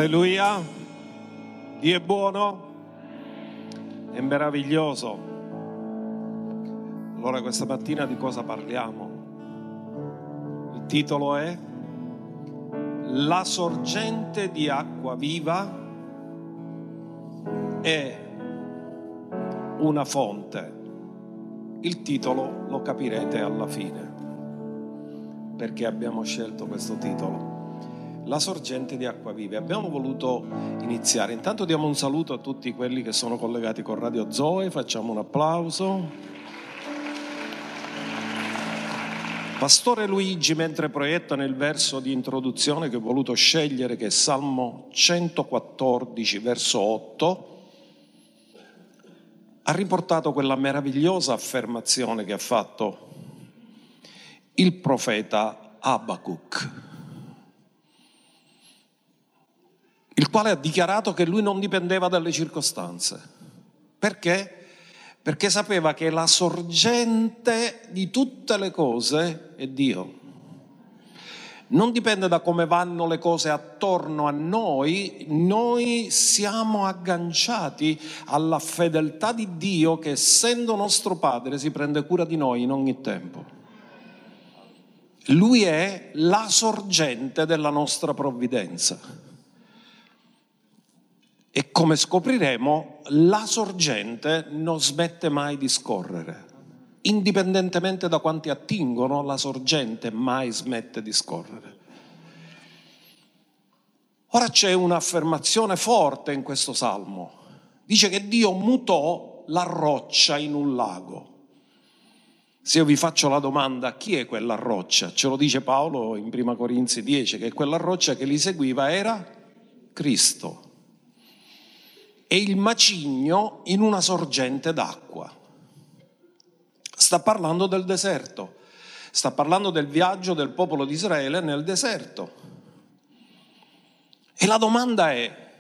Alleluia. Dio è buono, è meraviglioso. Allora questa mattina di cosa parliamo? Il titolo è La sorgente di acqua viva è una fonte. Il titolo lo capirete alla fine, perché abbiamo scelto questo titolo. La sorgente di acqua viva. Abbiamo voluto iniziare. Intanto diamo un saluto a tutti quelli che sono collegati con Radio Zoe, facciamo un applauso. Pastore Luigi, mentre proietta nel verso di introduzione che ho voluto scegliere, che è Salmo 114, verso 8, ha riportato quella meravigliosa affermazione che ha fatto il profeta Abacuc, il quale ha dichiarato che lui non dipendeva dalle circostanze. Perché? Perché sapeva che la sorgente di tutte le cose è Dio. Non dipende da come vanno le cose attorno a noi siamo agganciati alla fedeltà di Dio che, essendo nostro Padre, si prende cura di noi in ogni tempo. Lui è la sorgente della nostra provvidenza. E come scopriremo, la sorgente non smette mai di scorrere. Indipendentemente da quanti attingono, la sorgente mai smette di scorrere. Ora c'è un'affermazione forte in questo salmo. Dice che Dio mutò la roccia in un lago. Se io vi faccio la domanda, chi è quella roccia? Ce lo dice Paolo in 1 Corinzi 10, che quella roccia che li seguiva era Cristo. E il macigno in una sorgente d'acqua. Sta parlando del deserto, sta parlando del viaggio del popolo di Israele nel deserto. E la domanda è: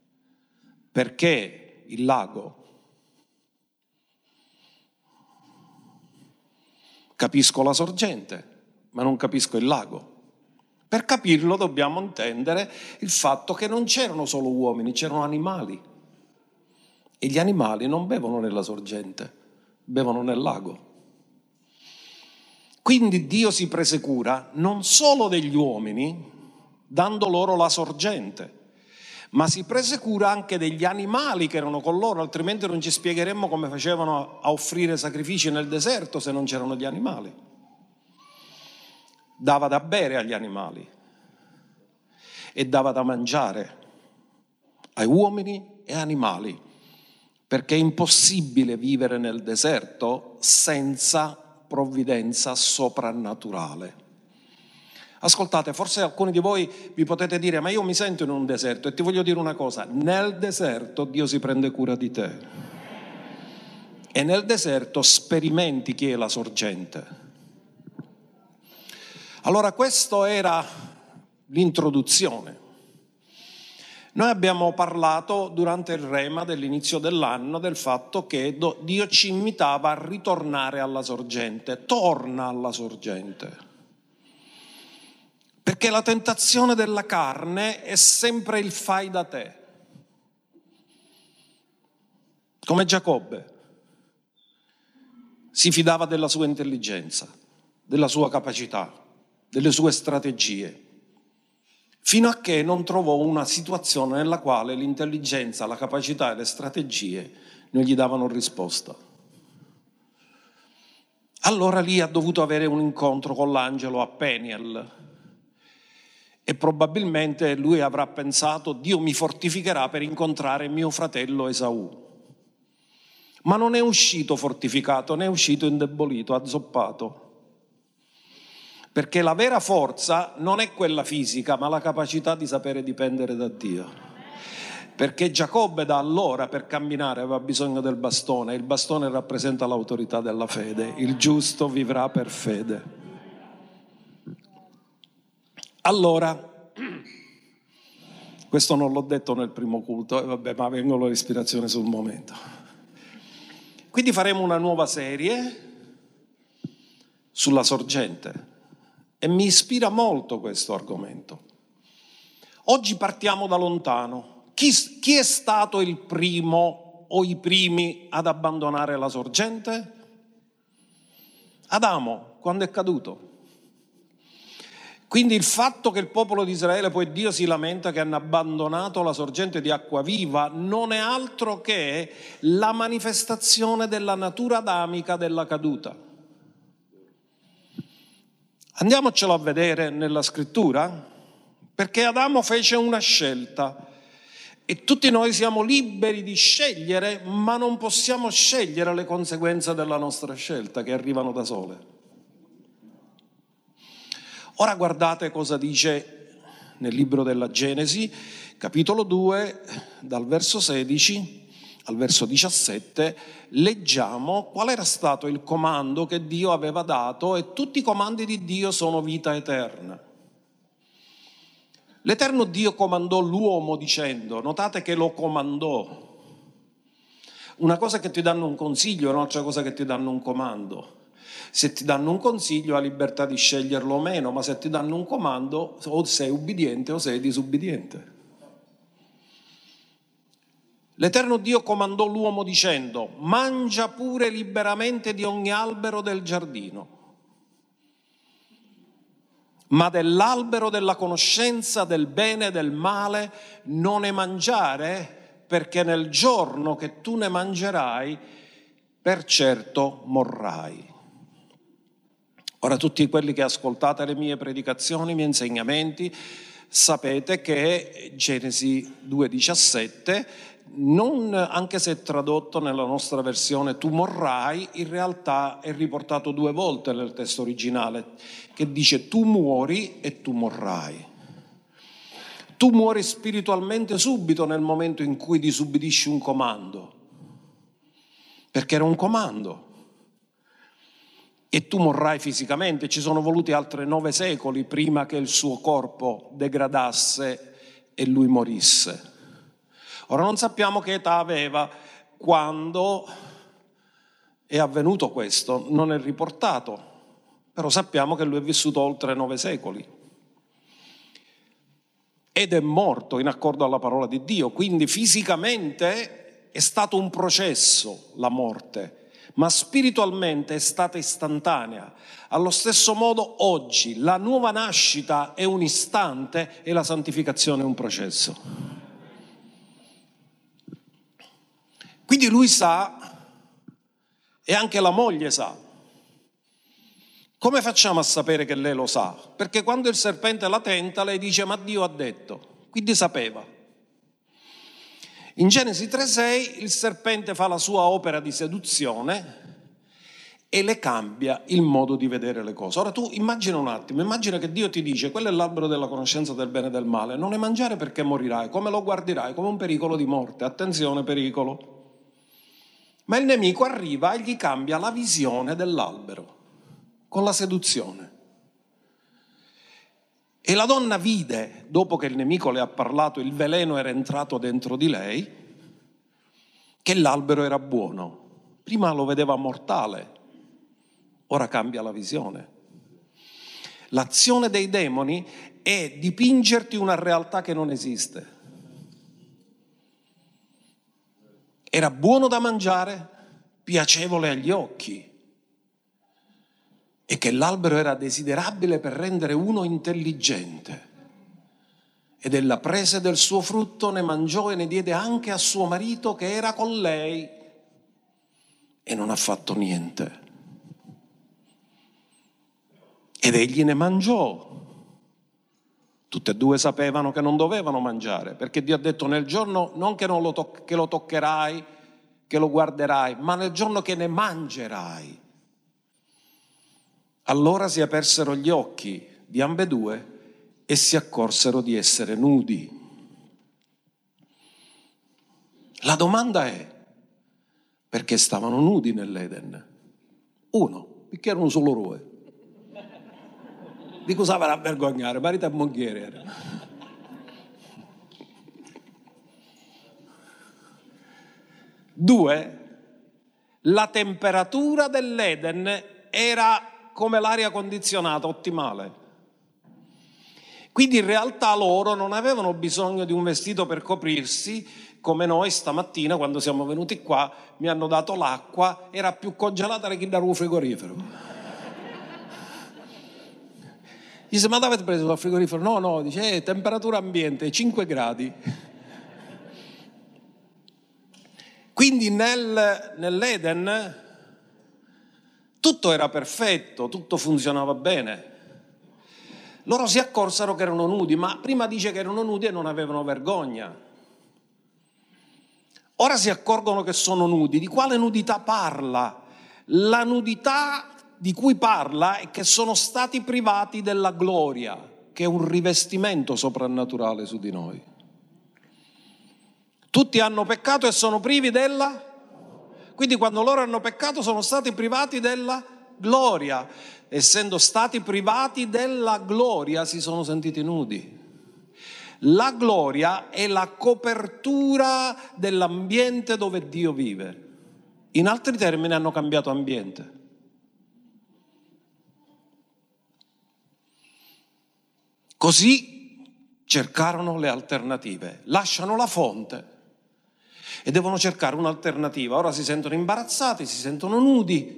perché il lago? Capisco la sorgente, ma non capisco il lago. Per capirlo dobbiamo intendere il fatto che non c'erano solo uomini, c'erano animali. E gli animali non bevono nella sorgente, bevono nel lago. Quindi Dio si prese cura non solo degli uomini, dando loro la sorgente, ma si prese cura anche degli animali che erano con loro, altrimenti non ci spiegheremmo come facevano a offrire sacrifici nel deserto se non c'erano gli animali. Dava da bere agli animali e dava da mangiare ai uomini e animali. Perché è impossibile vivere nel deserto senza provvidenza soprannaturale. Ascoltate, forse alcuni di voi vi potete dire: ma io mi sento in un deserto. E ti voglio dire una cosa: nel deserto Dio si prende cura di te. E nel deserto sperimenti chi è la sorgente. Allora, questa era l'introduzione. Noi abbiamo parlato durante il rema dell'inizio dell'anno del fatto che Dio ci invitava a ritornare alla sorgente. Torna alla sorgente. Perché la tentazione della carne è sempre il fai da te. Come Giacobbe. Si fidava della sua intelligenza, della sua capacità, delle sue strategie. Fino a che non trovò una situazione nella quale l'intelligenza, la capacità e le strategie non gli davano risposta. Allora lì ha dovuto avere un incontro con l'angelo a Peniel e probabilmente lui avrà pensato: Dio mi fortificherà per incontrare mio fratello Esaù. Ma non è uscito fortificato, ne è uscito indebolito, azzoppato. Perché la vera forza non è quella fisica, ma la capacità di sapere dipendere da Dio. Perché Giacobbe da allora per camminare aveva bisogno del bastone. Il bastone rappresenta l'autorità della fede. Il giusto vivrà per fede. Allora, questo non l'ho detto nel primo culto, ma vengono l'ispirazione sul momento. Quindi faremo una nuova serie sulla sorgente. E mi ispira molto questo argomento. Oggi partiamo da lontano. Chi è stato il primo o i primi ad abbandonare la sorgente? Adamo, quando è caduto. Quindi il fatto che il popolo di Israele, poi Dio si lamenta che hanno abbandonato la sorgente di acqua viva, non è altro che la manifestazione della natura adamica della caduta. Andiamocelo a vedere nella scrittura, perché Adamo fece una scelta e tutti noi siamo liberi di scegliere, ma non possiamo scegliere le conseguenze della nostra scelta che arrivano da sole. Ora guardate cosa dice nel libro della Genesi, capitolo 2, dal verso 16 al verso 17, leggiamo qual era stato il comando che Dio aveva dato, e tutti i comandi di Dio sono vita eterna. L'Eterno Dio comandò l'uomo dicendo, notate che lo comandò. Una cosa è che ti danno un consiglio, un'altra cosa è che ti danno un comando. Se ti danno un consiglio hai libertà di sceglierlo o meno, ma se ti danno un comando o sei ubbidiente o sei disubbidiente. L'Eterno Dio comandò l'uomo dicendo, mangia pure liberamente di ogni albero del giardino, ma dell'albero della conoscenza del bene e del male non ne mangiare, perché nel giorno che tu ne mangerai, per certo morrai. Ora tutti quelli che ascoltate le mie predicazioni, i miei insegnamenti, sapete che Genesi 2,17, non, anche se è tradotto nella nostra versione tu morrai, in realtà è riportato 2 volte nel testo originale, che dice tu muori e tu morrai. Tu muori spiritualmente subito nel momento in cui disubbidisci un comando, perché era un comando. E tu morrai fisicamente. Ci sono voluti altri 9 secoli prima che il suo corpo degradasse e lui morisse. Ora non sappiamo che età aveva quando è avvenuto questo, non è riportato, però sappiamo che lui è vissuto oltre 9 secoli. Ed è morto in accordo alla parola di Dio, quindi fisicamente è stato un processo la morte, ma spiritualmente è stata istantanea. Allo stesso modo oggi la nuova nascita è un istante e la santificazione è un processo. Quindi lui sa, e anche la moglie sa. Come facciamo a sapere che lei lo sa? Perché quando il serpente la tenta, lei dice ma Dio ha detto, quindi sapeva. In Genesi 3,6 il serpente fa la sua opera di seduzione e le cambia il modo di vedere le cose. Ora tu immagina un attimo, immagina che Dio ti dice quello è l'albero della conoscenza del bene e del male, non ne mangiare perché morirai, come lo guarderai? Come un pericolo di morte, attenzione pericolo. Ma il nemico arriva e gli cambia la visione dell'albero con la seduzione. E la donna vide, dopo che il nemico le ha parlato, il veleno era entrato dentro di lei, che l'albero era buono. Prima lo vedeva mortale, ora cambia la visione. L'azione dei demoni è dipingerti una realtà che non esiste. Era buono da mangiare, piacevole agli occhi, e che l'albero era desiderabile per rendere uno intelligente. Ed ella prese del suo frutto, ne mangiò e ne diede anche a suo marito che era con lei, e non ha fatto niente. Ed egli ne mangiò. Tutte e 2 sapevano che non dovevano mangiare, perché Dio ha detto nel giorno non che che lo toccherai, che lo guarderai, ma nel giorno che ne mangerai. Allora si apersero gli occhi di ambedue e si accorsero di essere nudi. La domanda è, perché stavano nudi nell'Eden? 1, perché erano solo due. Di cosa va a vergognare? Marito e moglie era. 2, la temperatura dell'Eden era come l'aria condizionata ottimale. Quindi in realtà loro non avevano bisogno di un vestito per coprirsi, come noi stamattina quando siamo venuti qua, mi hanno dato l'acqua, era più congelata che dal frigorifero. Dice, ma dove avete preso dal frigorifero? No, dice, temperatura ambiente, 5 gradi. Quindi nell'Eden tutto era perfetto, tutto funzionava bene. Loro si accorsero che erano nudi, ma prima dice che erano nudi e non avevano vergogna. Ora si accorgono che sono nudi. Di quale nudità parla? La nudità di cui parla è che sono stati privati della gloria, che è un rivestimento soprannaturale su di noi. Tutti hanno peccato e sono privi della... Quindi quando loro hanno peccato sono stati privati della gloria. Essendo stati privati della gloria si sono sentiti nudi. La gloria è la copertura dell'ambiente dove Dio vive. In altri termini hanno cambiato ambiente. Così cercarono le alternative. Lasciano la fonte e devono cercare un'alternativa. Ora si sentono imbarazzati, si sentono nudi.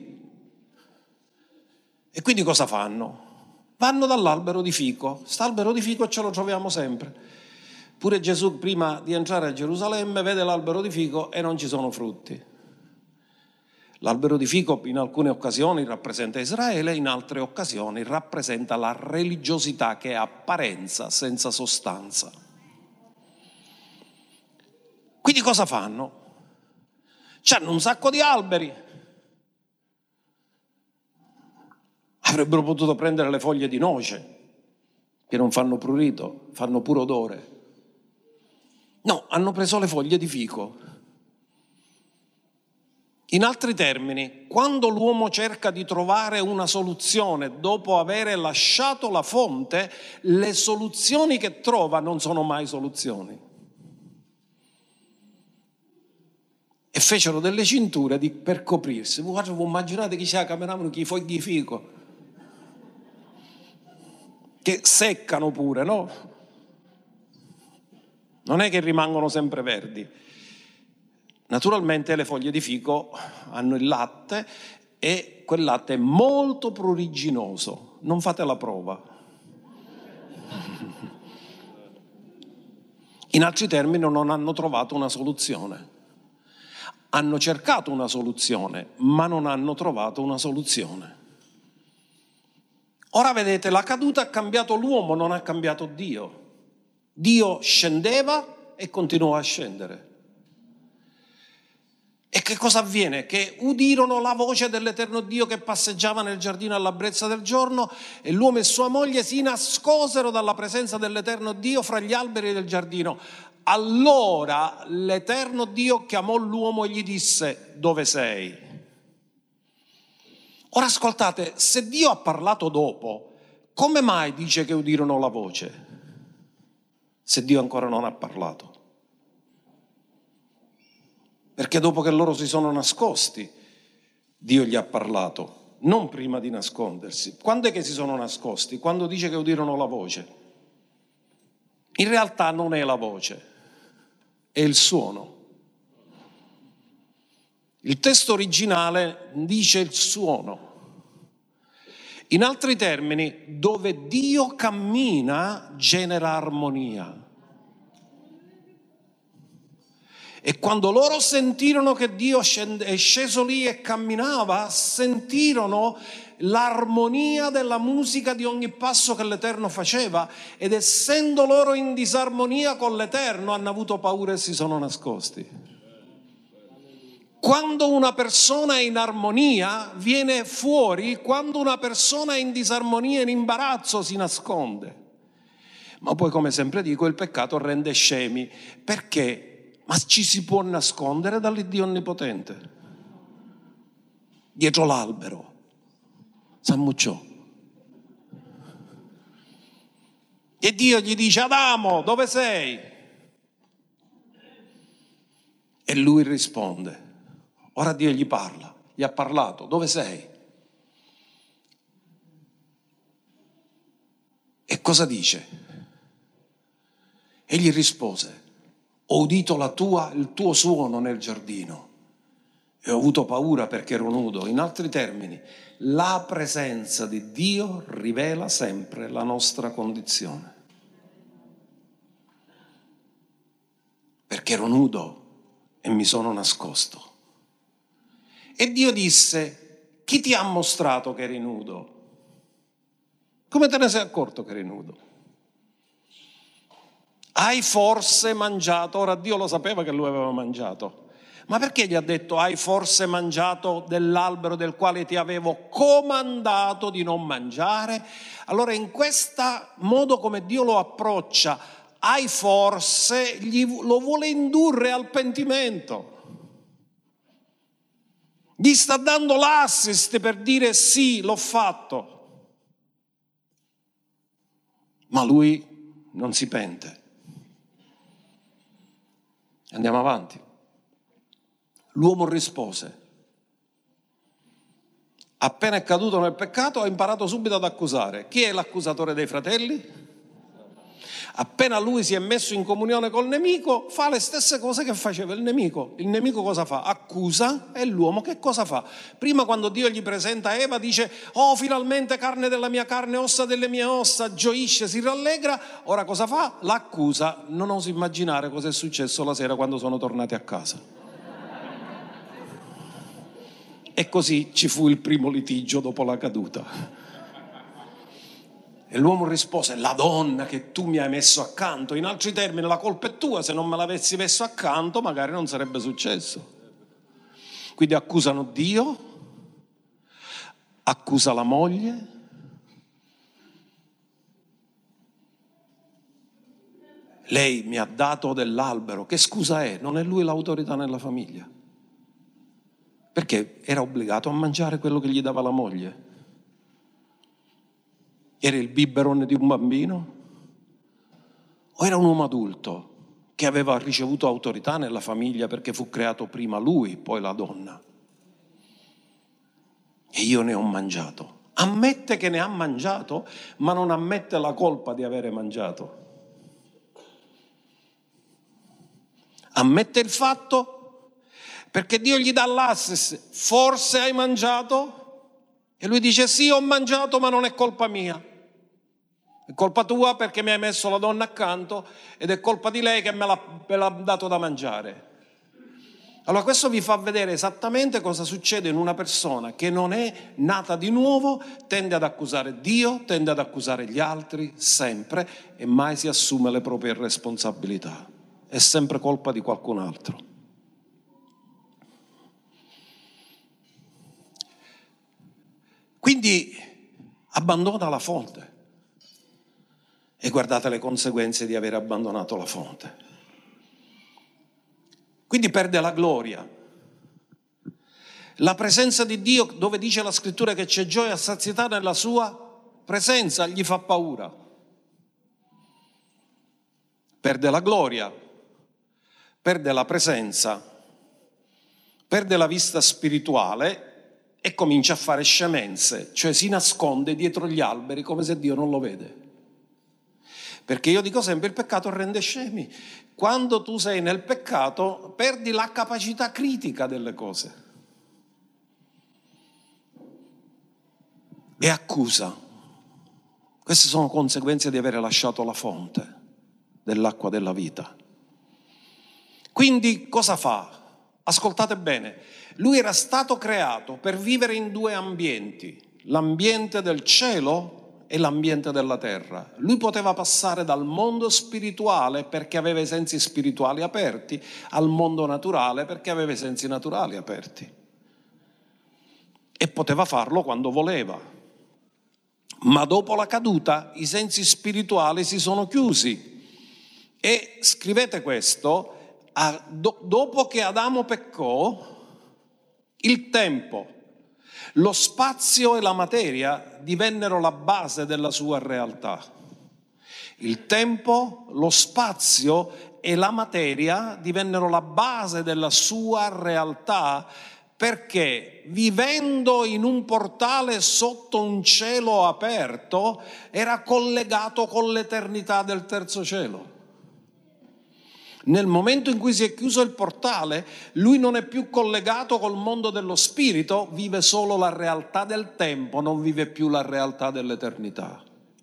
E quindi cosa fanno? Vanno dall'albero di fico. St'albero di fico ce lo troviamo sempre. Pure Gesù prima di entrare a Gerusalemme vede l'albero di fico e non ci sono frutti. L'albero di fico in alcune occasioni rappresenta Israele, in altre occasioni rappresenta la religiosità che è apparenza senza sostanza. Quindi cosa fanno? C'hanno un sacco di alberi. Avrebbero potuto prendere le foglie di noce, che non fanno prurito, fanno puro odore. No, hanno preso le foglie di fico. In altri termini, quando l'uomo cerca di trovare una soluzione dopo aver lasciato la fonte, le soluzioni che trova non sono mai soluzioni. E fecero delle cinture per coprirsi. Guarda, voi immaginate chi c'è camminavano con i fogli di fico, che seccano pure, no? Non è che rimangono sempre verdi. Naturalmente le foglie di fico hanno il latte e quel latte è molto pruriginoso. Non fate la prova. In altri termini non hanno trovato una soluzione. Hanno cercato una soluzione, ma non hanno trovato una soluzione. Ora vedete, la caduta ha cambiato l'uomo, non ha cambiato Dio. Dio scendeva e continuò a scendere. E che cosa avviene? Che udirono la voce dell'eterno Dio che passeggiava nel giardino alla brezza del giorno e l'uomo e sua moglie si nascosero dalla presenza dell'eterno Dio fra gli alberi del giardino. Allora l'eterno Dio chiamò l'uomo e gli disse: dove sei? Ora ascoltate, se Dio ha parlato dopo, come mai dice che udirono la voce? Se Dio ancora non ha parlato. Perché dopo che loro si sono nascosti, Dio gli ha parlato, non prima di nascondersi. Quando è che si sono nascosti? Quando dice che udirono la voce. In realtà non è la voce, è il suono. Il testo originale dice il suono. In altri termini, dove Dio cammina genera armonia. E quando loro sentirono che Dio è sceso lì e camminava, sentirono l'armonia della musica di ogni passo che l'Eterno faceva, ed essendo loro in disarmonia con l'Eterno hanno avuto paura e si sono nascosti. Quando una persona è in armonia viene fuori, quando una persona è in disarmonia, in imbarazzo, si nasconde. Ma poi, come sempre dico, il peccato rende scemi. Perché? Ma ci si può nascondere dall'Iddio Onnipotente? Dietro l'albero. S'ammucciò. E Dio gli dice: Adamo, dove sei? E lui risponde. Ora Dio gli parla, gli ha parlato: dove sei? E cosa dice? Egli rispose: ho udito il tuo suono nel giardino e ho avuto paura perché ero nudo. In altri termini, la presenza di Dio rivela sempre la nostra condizione. Perché ero nudo e mi sono nascosto. E Dio disse: chi ti ha mostrato che eri nudo? Come te ne sei accorto che eri nudo? Hai forse mangiato? Ora Dio lo sapeva che lui aveva mangiato, ma perché gli ha detto: hai forse mangiato dell'albero del quale ti avevo comandato di non mangiare? Allora in questo modo come Dio lo approccia, hai forse, lo vuole indurre al pentimento. Gli sta dando l'assist per dire: sì, l'ho fatto. Ma lui non si pente. Andiamo avanti. L'uomo rispose: appena è caduto nel peccato ha imparato subito ad accusare. Chi è l'accusatore dei fratelli? Appena lui si è messo in comunione col nemico, fa le stesse cose che faceva il nemico. Il nemico cosa fa? Accusa. E l'uomo che cosa fa? Prima, quando Dio gli presenta Eva, dice: oh, finalmente carne della mia carne, ossa delle mie ossa, gioisce, si rallegra. Ora cosa fa? L'accusa. Non oso immaginare cosa è successo la sera quando sono tornati a casa. E così ci fu il primo litigio dopo la caduta. E l'uomo rispose: la donna che tu mi hai messo accanto. In altri termini, la colpa è tua, se non me l'avessi messo accanto magari non sarebbe successo. Quindi accusano Dio, accusa la moglie, lei mi ha dato dell'albero. Che scusa è? Non è lui l'autorità nella famiglia? Perché era obbligato a mangiare quello che gli dava la moglie. Era il biberon di un bambino? O era un uomo adulto che aveva ricevuto autorità nella famiglia perché fu creato prima lui, poi la donna? E io ne ho mangiato. Ammette che ne ha mangiato, ma non ammette la colpa di avere mangiato. Ammette il fatto perché Dio gli dà l'assist: forse hai mangiato? E lui dice: sì, ho mangiato, ma non è colpa mia. È colpa tua perché mi hai messo la donna accanto ed è colpa di lei che me l'ha dato da mangiare. Allora questo vi fa vedere esattamente cosa succede in una persona che non è nata di nuovo, tende ad accusare Dio, tende ad accusare gli altri, sempre, e mai si assume le proprie responsabilità. È sempre colpa di qualcun altro. Quindi abbandona la fonte. E guardate le conseguenze di aver abbandonato la fonte. Quindi perde la gloria. La presenza di Dio, dove dice la scrittura che c'è gioia e sazietà nella sua presenza, gli fa paura. Perde la gloria, perde la presenza, perde la vista spirituale e comincia a fare scemenze, cioè si nasconde dietro gli alberi come se Dio non lo vede. Perché io dico sempre: il peccato rende scemi. Quando tu sei nel peccato perdi la capacità critica delle cose. E accusa. Queste sono conseguenze di avere lasciato la fonte dell'acqua della vita. Quindi cosa fa? Ascoltate bene. Lui era stato creato per vivere in due ambienti: l'ambiente del cielo e l'ambiente della terra. Lui poteva passare dal mondo spirituale perché aveva i sensi spirituali aperti al mondo naturale perché aveva i sensi naturali aperti, e poteva farlo quando voleva. Ma dopo la caduta i sensi spirituali si sono chiusi. E scrivete questo: dopo che Adamo peccò, il tempo, lo spazio e la materia divennero la base della sua realtà. Il tempo, lo spazio e la materia divennero la base della sua realtà, perché vivendo in un portale sotto un cielo aperto era collegato con l'eternità del terzo cielo. Nel momento in cui si è chiuso il portale, lui non è più collegato col mondo dello spirito, vive solo la realtà del tempo, non vive più la realtà dell'eternità.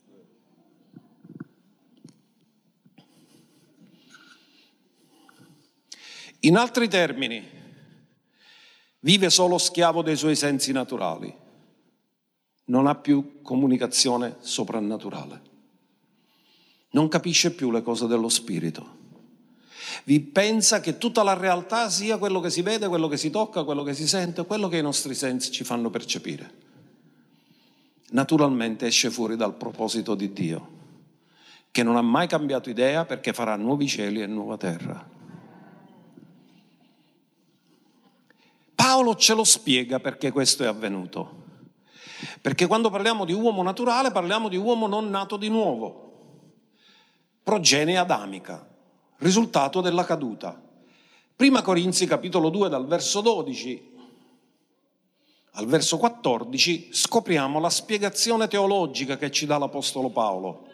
In altri termini, vive solo schiavo dei suoi sensi naturali, non ha più comunicazione soprannaturale, non capisce più le cose dello spirito. Vi pensa che tutta la realtà sia quello che si vede, quello che si tocca, quello che si sente, quello che i nostri sensi ci fanno percepire. Naturalmente esce fuori dal proposito di Dio, che non ha mai cambiato idea perché farà nuovi cieli e nuova terra. Paolo ce lo spiega perché questo è avvenuto. Perché quando parliamo di uomo naturale parliamo di uomo non nato di nuovo, progenie adamica, risultato della caduta. Prima Corinzi capitolo 2 dal verso 12 al verso 14 scopriamo la spiegazione teologica che ci dà l'Apostolo Paolo.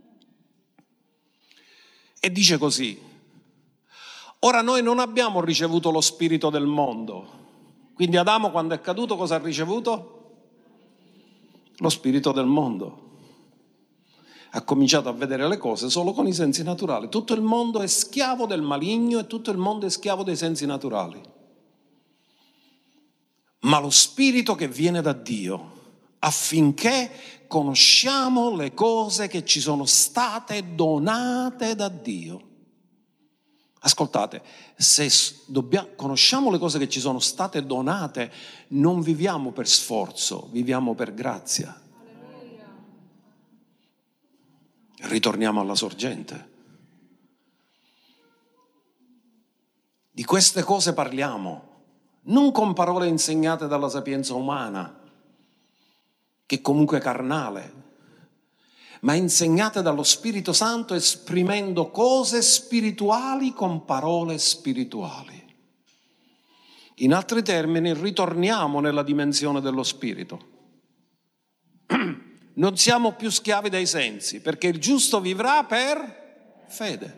E dice così: ora noi non abbiamo ricevuto lo spirito del mondo. Quindi Adamo quando è caduto cosa ha ricevuto? Lo spirito del mondo. Ha cominciato a vedere le cose solo con i sensi naturali. Tutto il mondo è schiavo del maligno e tutto il mondo è schiavo dei sensi naturali. Ma lo spirito che viene da Dio, affinché conosciamo le cose che ci sono state donate da Dio. Ascoltate, se conosciamo le cose che ci sono state donate, non viviamo per sforzo, viviamo per grazia. Ritorniamo alla sorgente. Di queste cose parliamo, non con parole insegnate dalla sapienza umana, che comunque è carnale, ma insegnate dallo Spirito Santo esprimendo cose spirituali con parole spirituali. In altri termini, ritorniamo nella dimensione dello Spirito. Non siamo più schiavi dei sensi, perché il giusto vivrà per fede.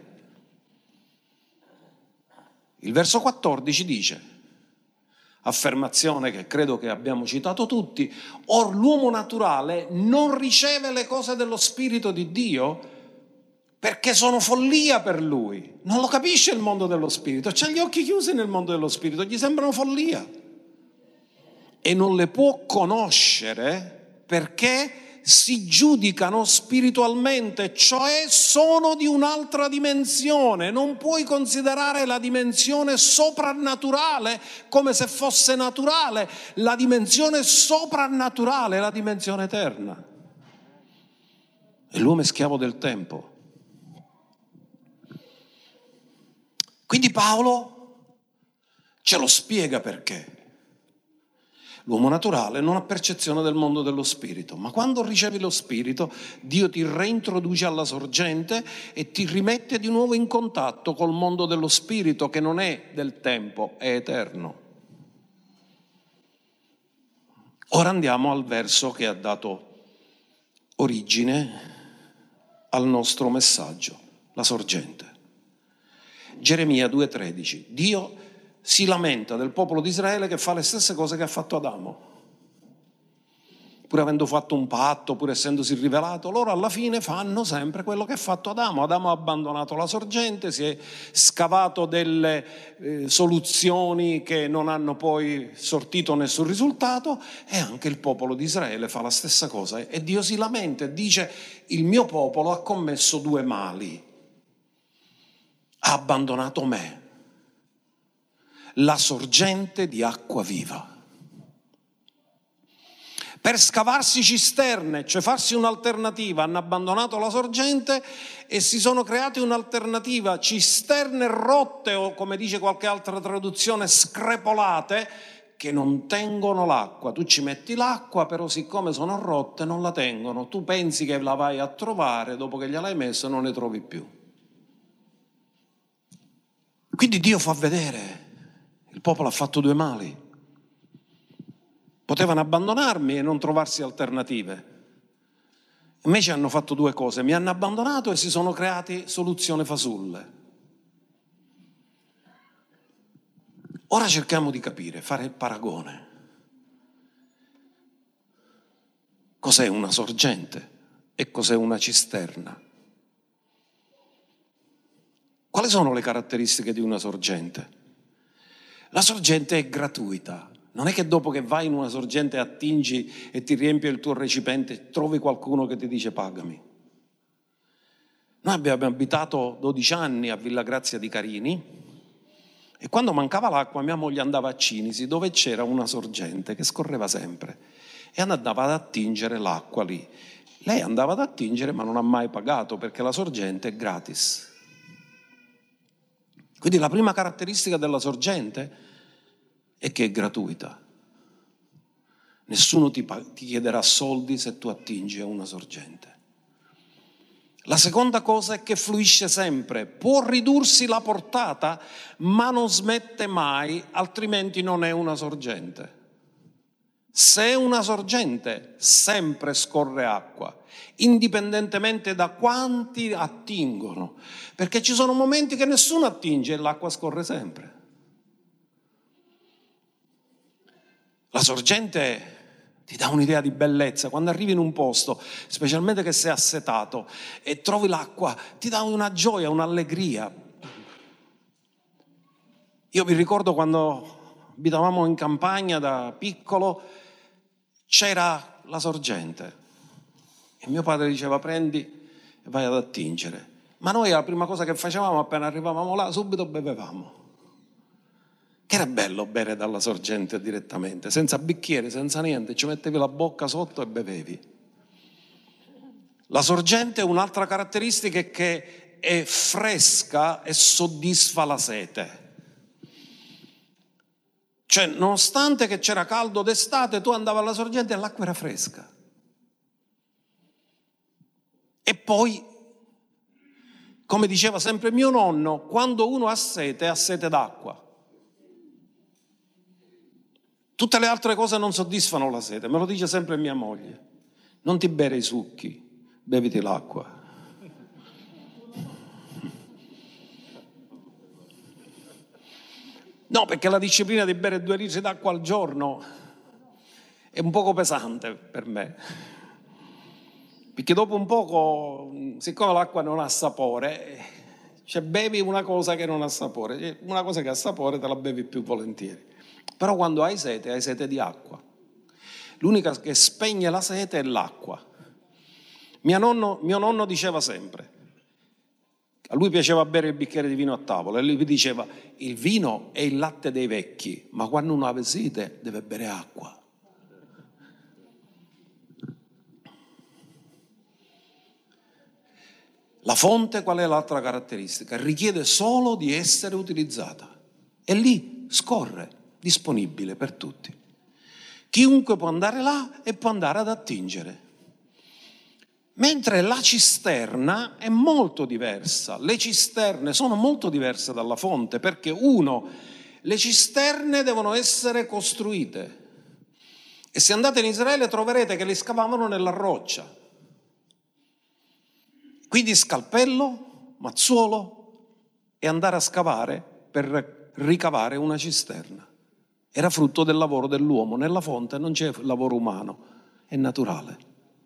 Il verso 14 dice, affermazione che credo che abbiamo citato tutti: or l'uomo naturale non riceve le cose dello Spirito di Dio perché sono follia per lui. Non lo capisce il mondo dello Spirito, c'ha gli occhi chiusi nel mondo dello Spirito, gli sembrano follia. E non le può conoscere perché si giudicano spiritualmente, cioè sono di un'altra dimensione. Non puoi considerare la dimensione soprannaturale come se fosse naturale. La dimensione soprannaturale è la dimensione eterna. E l'uomo è schiavo del tempo. Quindi Paolo ce lo spiega perché. L'uomo naturale non ha percezione del mondo dello spirito, ma quando ricevi lo spirito, Dio ti reintroduce alla sorgente e ti rimette di nuovo in contatto col mondo dello spirito, che non è del tempo, è eterno. Ora andiamo al verso che ha dato origine al nostro messaggio, la sorgente. Geremia 2,13. Dio si lamenta del popolo di Israele che fa le stesse cose che ha fatto Adamo. Pur avendo fatto un patto, pur essendosi rivelato, loro alla fine fanno sempre quello che ha fatto Adamo. Adamo ha abbandonato la sorgente, si è scavato delle soluzioni che non hanno poi sortito nessun risultato, e anche il popolo di Israele fa la stessa cosa. E Dio si lamenta e dice: il mio popolo ha commesso due mali, ha abbandonato me, la sorgente di acqua viva, per scavarsi cisterne, cioè farsi un'alternativa. Hanno abbandonato la sorgente e si sono creati un'alternativa, cisterne rotte, o come dice qualche altra traduzione, screpolate, che non tengono l'acqua. Tu ci metti l'acqua, però siccome sono rotte non la tengono. Tu pensi che la vai a trovare, dopo che gliel'hai messa non ne trovi più. Quindi Dio fa vedere: il popolo ha fatto due mali. Potevano abbandonarmi e non trovarsi alternative. Invece hanno fatto due cose: mi hanno abbandonato e si sono creati soluzioni fasulle. Ora cerchiamo di capire, fare il paragone. Cos'è una sorgente e cos'è una cisterna? Quali sono le caratteristiche di una sorgente? La sorgente è gratuita. Non è che dopo che vai in una sorgente attingi e ti riempie il tuo recipiente, trovi qualcuno che ti dice pagami. Noi abbiamo abitato 12 anni a Villa Grazia di Carini e quando mancava l'acqua mia moglie andava a Cinisi dove c'era una sorgente che scorreva sempre e andava ad attingere l'acqua lì. Lei andava ad attingere ma non ha mai pagato perché la sorgente è gratis. Quindi la prima caratteristica della sorgente è che è gratuita. Nessuno ti chiederà soldi se tu attingi a una sorgente. La seconda cosa è che fluisce sempre, può ridursi la portata, ma non smette mai, altrimenti non è una sorgente. Se è una sorgente, sempre scorre acqua, indipendentemente da quanti attingono, perché ci sono momenti che nessuno attinge e l'acqua scorre sempre. La sorgente ti dà un'idea di bellezza. Quando arrivi in un posto, specialmente che sei assetato, e trovi l'acqua, ti dà una gioia, un'allegria. Io mi ricordo quando abitavamo in campagna da piccolo, c'era la sorgente. E mio padre diceva prendi e vai ad attingere. Ma noi la prima cosa che facevamo appena arrivavamo là, subito bevevamo. Che era bello bere dalla sorgente direttamente, senza bicchiere, senza niente, ci mettevi la bocca sotto e bevevi. La sorgente, un'altra caratteristica è che è fresca e soddisfa la sete. Cioè, nonostante che c'era caldo d'estate, tu andavi alla sorgente e l'acqua era fresca. E poi, come diceva sempre mio nonno, quando uno ha sete d'acqua. Tutte le altre cose non soddisfano la sete, me lo dice sempre mia moglie. Non ti bere i succhi, beviti l'acqua. No, perché la disciplina di bere 2 litri d'acqua al giorno è un poco pesante per me. Perché dopo un poco, siccome l'acqua non ha sapore, cioè bevi una cosa che non ha sapore. Una cosa che ha sapore te la bevi più volentieri. Però quando hai sete di acqua. L'unica che spegne la sete è l'acqua. Mio nonno diceva sempre, a lui piaceva bere il bicchiere di vino a tavola, e lui diceva, il vino è il latte dei vecchi, ma quando uno ha sete deve bere acqua. La fonte, qual è l'altra caratteristica? Richiede solo di essere utilizzata. E lì scorre, disponibile per tutti. Chiunque può andare là e può andare ad attingere. Mentre la cisterna è molto diversa. Le cisterne sono molto diverse dalla fonte perché le cisterne devono essere costruite. E se andate in Israele troverete che le scavavano nella roccia. Quindi scalpello, mazzuolo e andare a scavare per ricavare una cisterna. Era frutto del lavoro dell'uomo. Nella fonte non c'è lavoro umano, è naturale.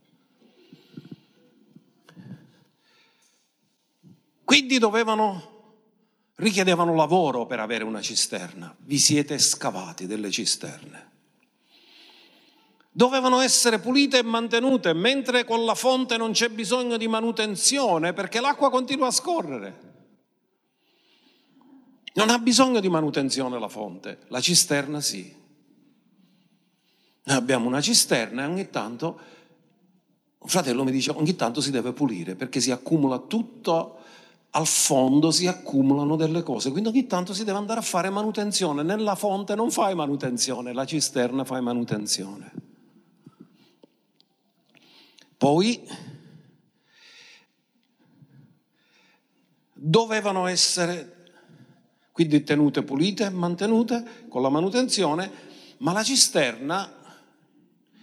Quindi richiedevano lavoro per avere una cisterna. Vi siete scavati delle cisterne. Dovevano essere pulite e mantenute, mentre con la fonte non c'è bisogno di manutenzione perché l'acqua continua a scorrere. Non ha bisogno di manutenzione la fonte, la cisterna sì. Noi abbiamo una cisterna e ogni tanto, un fratello mi dice, ogni tanto si deve pulire perché si accumula tutto, al fondo si accumulano delle cose, quindi ogni tanto si deve andare a fare manutenzione. Nella fonte non fai manutenzione, la cisterna fai manutenzione. Poi dovevano essere quindi tenute pulite e mantenute con la manutenzione, ma la cisterna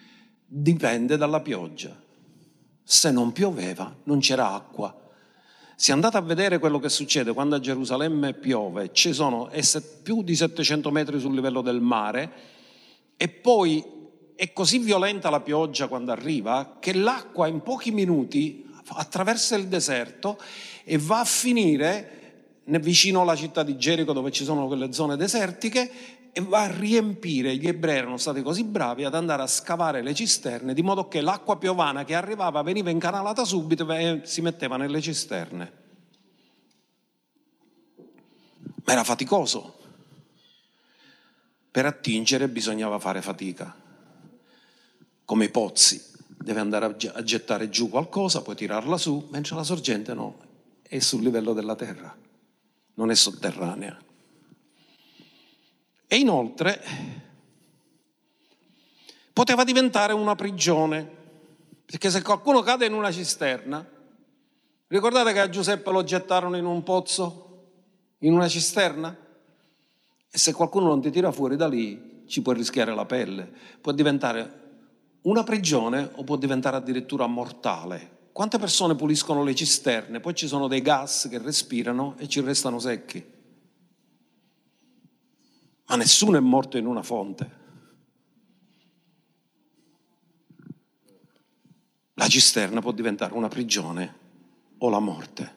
dipende dalla pioggia. Se non pioveva non c'era acqua. Se andate a vedere quello che succede quando a Gerusalemme piove, ci sono più di 700 metri sul livello del mare e poi è così violenta la pioggia quando arriva che l'acqua in pochi minuti attraversa il deserto e va a finire vicino alla città di Gerico, dove ci sono quelle zone desertiche, e va a riempire. Gli ebrei erano stati così bravi ad andare a scavare le cisterne, di modo che l'acqua piovana che arrivava veniva incanalata subito e si metteva nelle cisterne. Ma era faticoso. Per attingere bisognava fare fatica. Come i pozzi, deve andare a gettare giù qualcosa, poi tirarla su, mentre la sorgente no, è sul livello della terra, non è sotterranea. E inoltre poteva diventare una prigione, perché se qualcuno cade in una cisterna, ricordate che a Giuseppe lo gettarono in un pozzo, in una cisterna? E se qualcuno non ti tira fuori da lì, ci puoi rischiare la pelle, può diventare una prigione o può diventare addirittura mortale. Quante persone puliscono le cisterne, poi ci sono dei gas che respirano e ci restano secchi. Ma nessuno è morto in una fonte. La cisterna può diventare una prigione o la morte.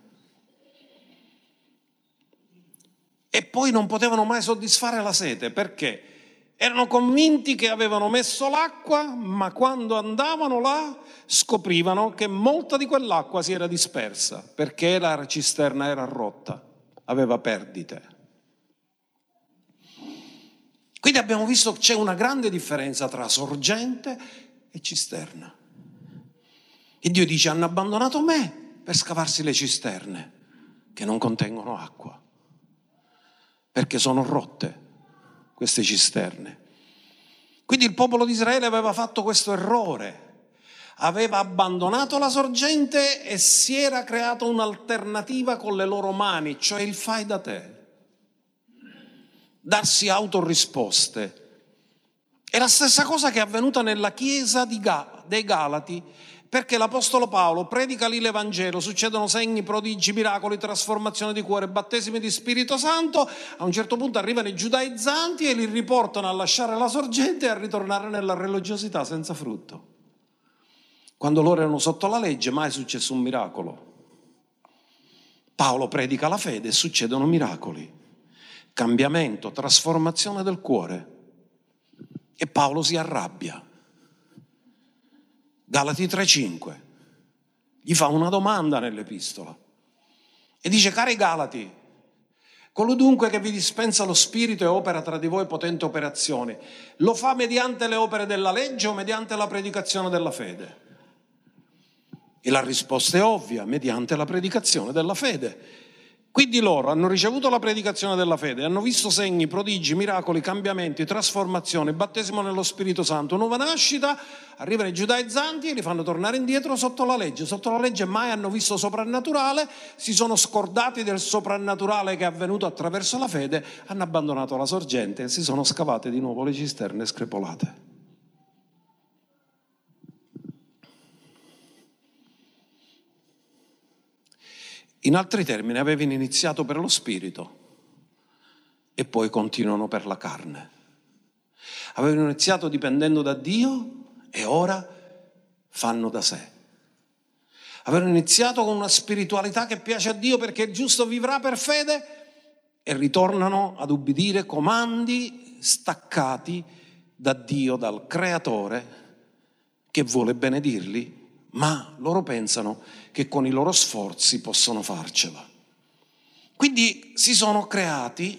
E poi non potevano mai soddisfare la sete, perché erano convinti che avevano messo l'acqua, ma quando andavano là scoprivano che molta di quell'acqua si era dispersa, perché la cisterna era rotta, aveva perdite. Quindi abbiamo visto che c'è una grande differenza tra sorgente e cisterna. E Dio dice: hanno abbandonato me per scavarsi le cisterne che non contengono acqua, perché sono rotte queste cisterne. Quindi il popolo di Israele aveva fatto questo errore, aveva abbandonato la sorgente e si era creata un'alternativa con le loro mani, cioè il fai da te. Darsi autorisposte. È la stessa cosa che è avvenuta nella chiesa dei Galati, perché l'Apostolo Paolo predica lì l'Evangelo, succedono segni, prodigi, miracoli, trasformazione di cuore, battesimi di Spirito Santo. A un certo punto arrivano i giudaizzanti e li riportano a lasciare la sorgente e a ritornare nella religiosità senza frutto. Quando loro erano sotto la legge mai è successo un miracolo. Paolo predica la fede e succedono miracoli. Cambiamento, trasformazione del cuore. E Paolo si arrabbia. Galati 3,5 gli fa una domanda nell'epistola e dice: cari Galati, colui dunque che vi dispensa lo Spirito e opera tra di voi potenti operazioni, lo fa mediante le opere della legge o mediante la predicazione della fede? E la risposta è ovvia: mediante la predicazione della fede. Quindi loro hanno ricevuto la predicazione della fede, hanno visto segni, prodigi, miracoli, cambiamenti, trasformazione, battesimo nello Spirito Santo, nuova nascita. Arrivano i giudaizzanti e li fanno tornare indietro sotto la legge. Sotto la legge mai hanno visto soprannaturale, si sono scordati del soprannaturale che è avvenuto attraverso la fede, hanno abbandonato la sorgente e si sono scavate di nuovo le cisterne screpolate. In altri termini, avevano iniziato per lo spirito e poi continuano per la carne. Avevano iniziato dipendendo da Dio e ora fanno da sé. Avevano iniziato con una spiritualità che piace a Dio perché il giusto vivrà per fede e ritornano ad ubbidire comandi staccati da Dio, dal Creatore, che vuole benedirli, ma loro pensano che con i loro sforzi possono farcela. Quindi si sono creati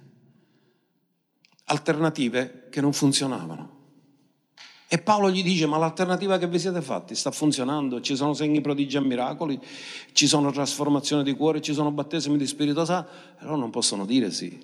alternative che non funzionavano. E Paolo gli dice: ma l'alternativa che vi siete fatti sta funzionando? Ci sono segni, prodigi e miracoli, ci sono trasformazioni di cuore, ci sono battesimi di Spirito Santo. E loro non possono dire sì.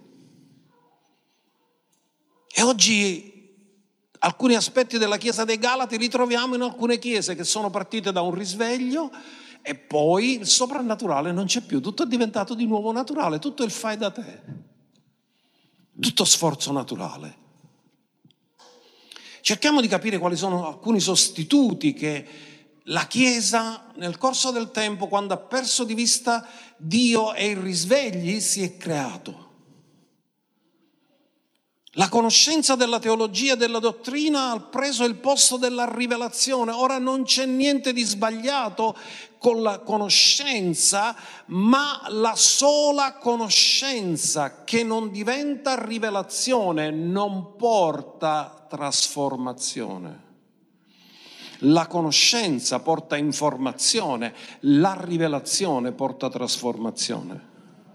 E oggi alcuni aspetti della Chiesa dei Galati li troviamo in alcune chiese che sono partite da un risveglio e poi il soprannaturale non c'è più, tutto è diventato di nuovo naturale, tutto il fai da te, tutto sforzo naturale. Cerchiamo di capire quali sono alcuni sostituti che la Chiesa nel corso del tempo, quando ha perso di vista Dio e i risvegli, si è creato. La conoscenza della teologia e della dottrina ha preso il posto della rivelazione. Ora non c'è niente di sbagliato con la conoscenza, ma la sola conoscenza che non diventa rivelazione non porta trasformazione. La conoscenza porta informazione, la rivelazione porta trasformazione.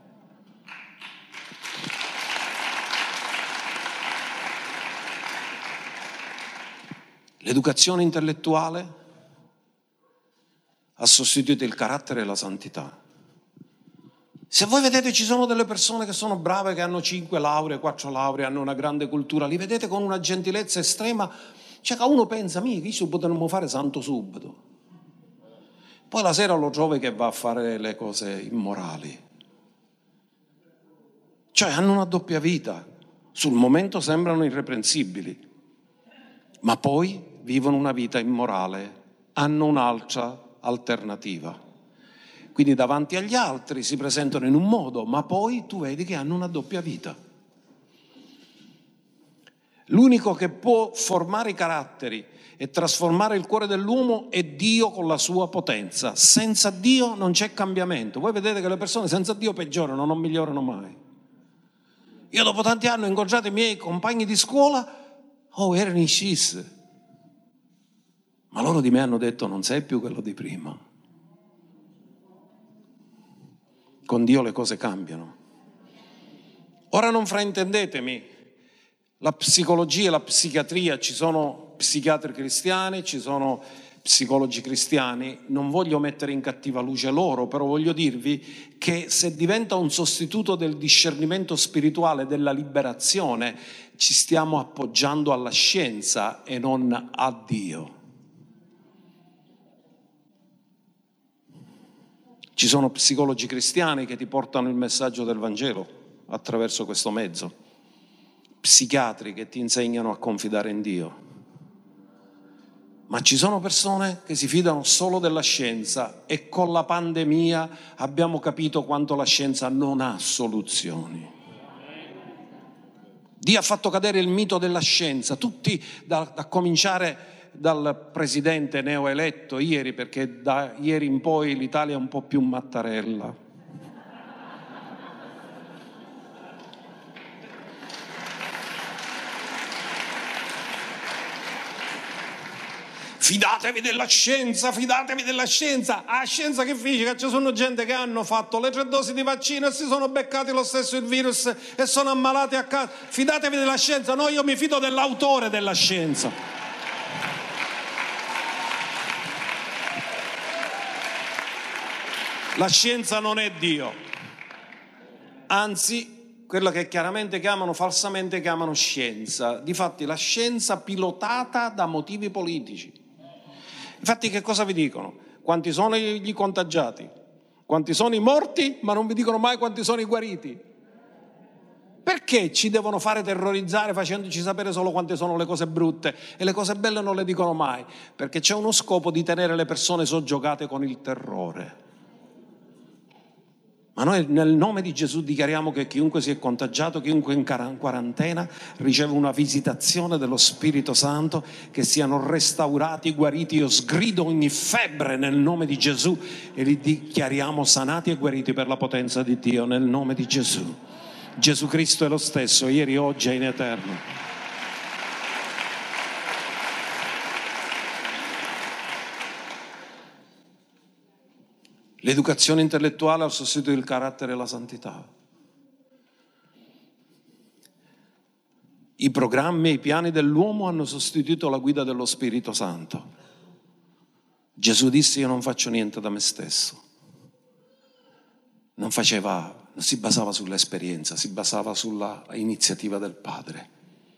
L'educazione intellettuale ha sostituito il carattere e la santità. Se voi vedete, ci sono delle persone che sono brave, che hanno 5 lauree, 4 lauree, hanno una grande cultura, li vedete con una gentilezza estrema, cioè che uno pensa, mica, io potremmo fare santo subito. Poi la sera lo trovi che va a fare le cose immorali. Cioè hanno una doppia vita, sul momento sembrano irreprensibili, ma poi vivono una vita immorale, hanno un'altra alternativa. Quindi davanti agli altri si presentano in un modo, ma poi tu vedi che hanno una doppia vita. L'unico che può formare i caratteri e trasformare il cuore dell'uomo è Dio con la sua potenza. Senza Dio non c'è cambiamento. Voi vedete che le persone senza Dio peggiorano, non migliorano mai. Io dopo tanti anni ho incontrato i miei compagni di scuola, erano in scis. Ma loro di me hanno detto, non sei più quello di prima. Con Dio le cose cambiano. Ora non fraintendetemi, la psicologia e la psichiatria, ci sono psichiatri cristiani, ci sono psicologi cristiani, non voglio mettere in cattiva luce loro, però voglio dirvi che se diventa un sostituto del discernimento spirituale, della liberazione, ci stiamo appoggiando alla scienza e non a Dio. Ci sono psicologi cristiani che ti portano il messaggio del Vangelo attraverso questo mezzo, psichiatri che ti insegnano a confidare in Dio. Ma ci sono persone che si fidano solo della scienza e con la pandemia abbiamo capito quanto la scienza non ha soluzioni. Dio ha fatto cadere il mito della scienza, tutti, a cominciare dal presidente neoeletto ieri, perché da ieri in poi l'Italia è un po' più Mattarella. Fidatevi della scienza, fidatevi della scienza. Ah, scienza che dice? Che ci sono gente che hanno fatto le 3 dosi di vaccino e si sono beccati lo stesso il virus e sono ammalati a casa. Fidatevi della scienza. No, io mi fido dell'autore della scienza. La scienza non è Dio. Anzi, quella che chiaramente chiamano, falsamente chiamano scienza. Difatti la scienza pilotata da motivi politici. Infatti che cosa vi dicono? Quanti sono gli contagiati? Quanti sono i morti? Ma non vi dicono mai quanti sono i guariti. Perché ci devono fare terrorizzare facendoci sapere solo quante sono le cose brutte e le cose belle non le dicono mai? Perché c'è uno scopo di tenere le persone soggiogate con il terrore. Ma noi nel nome di Gesù dichiariamo che chiunque si è contagiato, chiunque è in quarantena, riceve una visitazione dello Spirito Santo, che siano restaurati, guariti. Io sgrido ogni febbre nel nome di Gesù e li dichiariamo sanati e guariti per la potenza di Dio nel nome di Gesù. Gesù Cristo è lo stesso, ieri, oggi e in eterno. L'educazione intellettuale ha sostituito il carattere e la santità. I programmi e i piani dell'uomo hanno sostituito la guida dello Spirito Santo. Gesù disse: io non faccio niente da me stesso. Non si basava sull'esperienza, si basava sulla iniziativa del Padre.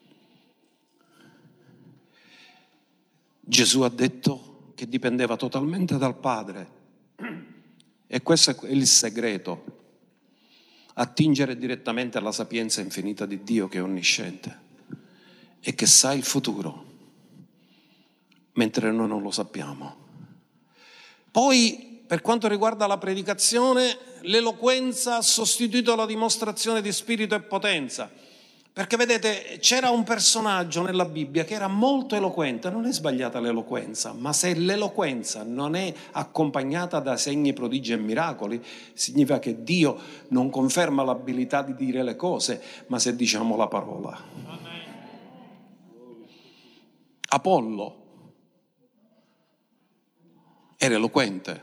Gesù ha detto che dipendeva totalmente dal Padre. E questo è il segreto, attingere direttamente alla sapienza infinita di Dio, che è onnisciente e che sa il futuro, mentre noi non lo sappiamo. Poi, per quanto riguarda la predicazione, l'eloquenza ha sostituito la dimostrazione di spirito e potenza. Perché vedete, c'era un personaggio nella Bibbia che era molto eloquente. Non è sbagliata l'eloquenza, ma se l'eloquenza non è accompagnata da segni, prodigi e miracoli, significa che Dio non conferma l'abilità di dire le cose, ma se diciamo la parola. Apollo era eloquente,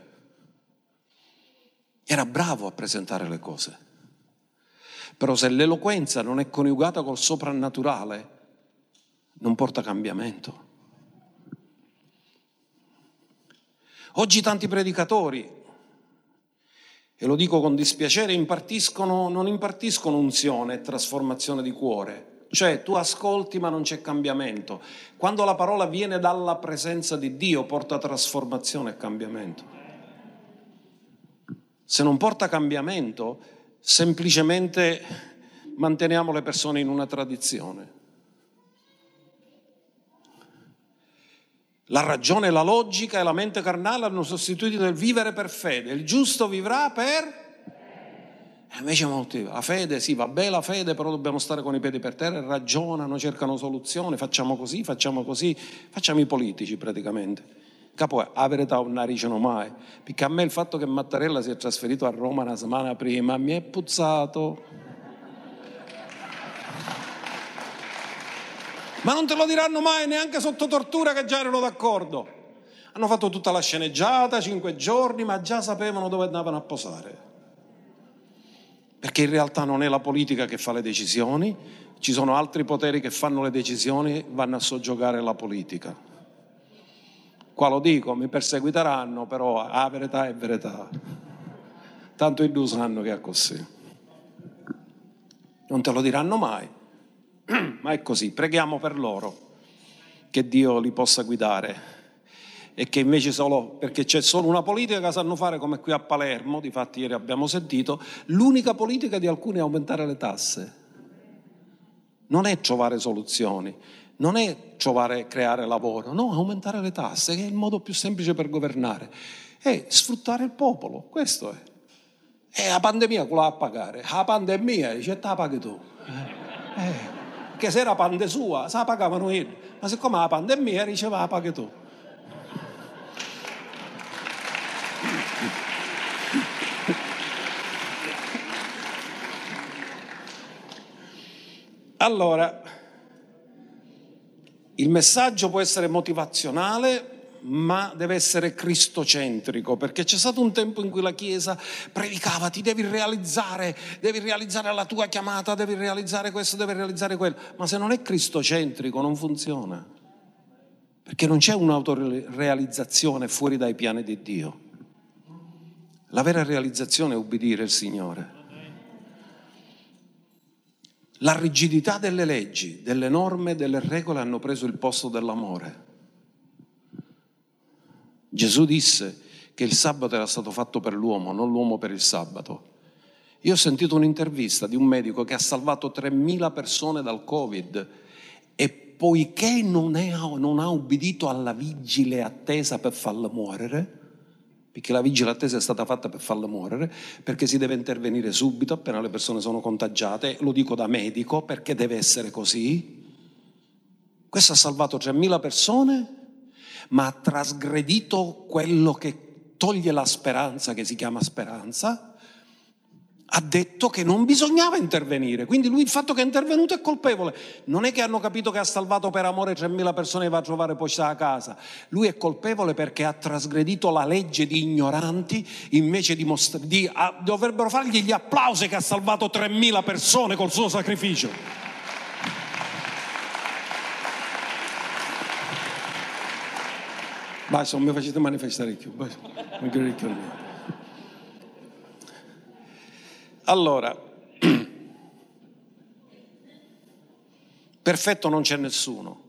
era bravo a presentare le cose. Però se l'eloquenza non è coniugata col soprannaturale, non porta cambiamento. Oggi tanti predicatori, e lo dico con dispiacere, non impartiscono unzione e trasformazione di cuore. Cioè tu ascolti ma non c'è cambiamento. Quando la parola viene dalla presenza di Dio porta trasformazione e cambiamento. Se non porta cambiamento, semplicemente manteniamo le persone in una tradizione. La ragione, la logica e la mente carnale hanno sostituito il vivere per fede. Il giusto vivrà per... E invece molti, la fede, sì, va bene la fede, però dobbiamo stare con i piedi per terra, ragionano, cercano soluzioni, facciamo così, facciamo i politici praticamente. Capo, la verità non la dicono mai, perché a me il fatto che Mattarella si è trasferito a Roma una settimana prima mi è puzzato. Ma non te lo diranno mai neanche sotto tortura che già erano d'accordo. Hanno fatto tutta la sceneggiata, 5 giorni, ma già sapevano dove andavano a posare. Perché in realtà non è la politica che fa le decisioni, ci sono altri poteri che fanno le decisioni, vanno a soggiogare la politica. Qua lo dico, mi perseguiteranno, però la verità è verità. Tanto i due sanno che è così. Non te lo diranno mai, ma è così. Preghiamo per loro, che Dio li possa guidare e che invece perché c'è solo una politica che sanno fare come qui a Palermo, difatti ieri abbiamo sentito, l'unica politica di alcuni è aumentare le tasse. Non è trovare soluzioni, non è creare lavoro, no, aumentare le tasse, che è il modo più semplice per governare, è sfruttare il popolo, questo è. E la pandemia quella a pagare, la pandemia dice te la paghi tu. Che se era pande sua, se la pagavano io, ma siccome la pandemia diceva la paghi tu. Allora, il messaggio può essere motivazionale, ma deve essere cristocentrico, perché c'è stato un tempo in cui la Chiesa predicava, ti devi realizzare la tua chiamata, devi realizzare questo, devi realizzare quello, ma se non è cristocentrico non funziona, perché non c'è un'autorealizzazione fuori dai piani di Dio. La vera realizzazione è ubbidire il Signore. La rigidità delle leggi, delle norme, delle regole hanno preso il posto dell'amore. Gesù disse che il sabato era stato fatto per l'uomo, non l'uomo per il sabato. Io ho sentito un'intervista di un medico che ha salvato 3.000 persone dal Covid e poiché non ha ubbidito alla vigile attesa per farla muovere, perché la vigile attesa è stata fatta per farla muovere, perché si deve intervenire subito appena le persone sono contagiate, lo dico da medico perché deve essere così. Questo ha salvato 3.000 persone, ma ha trasgredito quello che toglie la speranza, che si chiama speranza. Ha detto che non bisognava intervenire, quindi lui il fatto che è intervenuto è colpevole. Non è che hanno capito che ha salvato per amore 3.000 persone e va a trovare poi a casa. Lui è colpevole perché ha trasgredito la legge di ignoranti, invece dovrebbero fargli gli applausi che ha salvato 3.000 persone col suo sacrificio. Basta, non mi facete manifestare più. Allora, perfetto non c'è nessuno,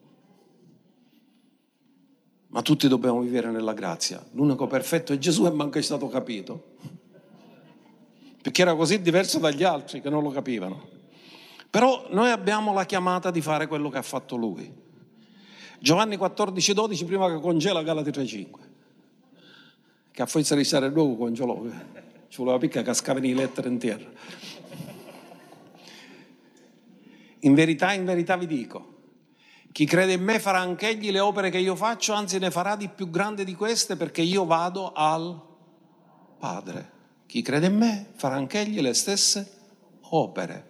ma tutti dobbiamo vivere nella grazia. L'unico perfetto è Gesù e manco è stato capito, perché era così diverso dagli altri che non lo capivano. Però noi abbiamo la chiamata di fare quello che ha fatto Lui. Giovanni 14,12, prima che congela Galati 3,5. che a forza di stare luogo congelò, ci voleva picca, cascavano le lettere in terra. In verità vi dico, chi crede in me farà anch'egli le opere che io faccio, anzi ne farà di più grandi di queste, perché io vado al Padre. Chi crede in me farà anch'egli le stesse opere.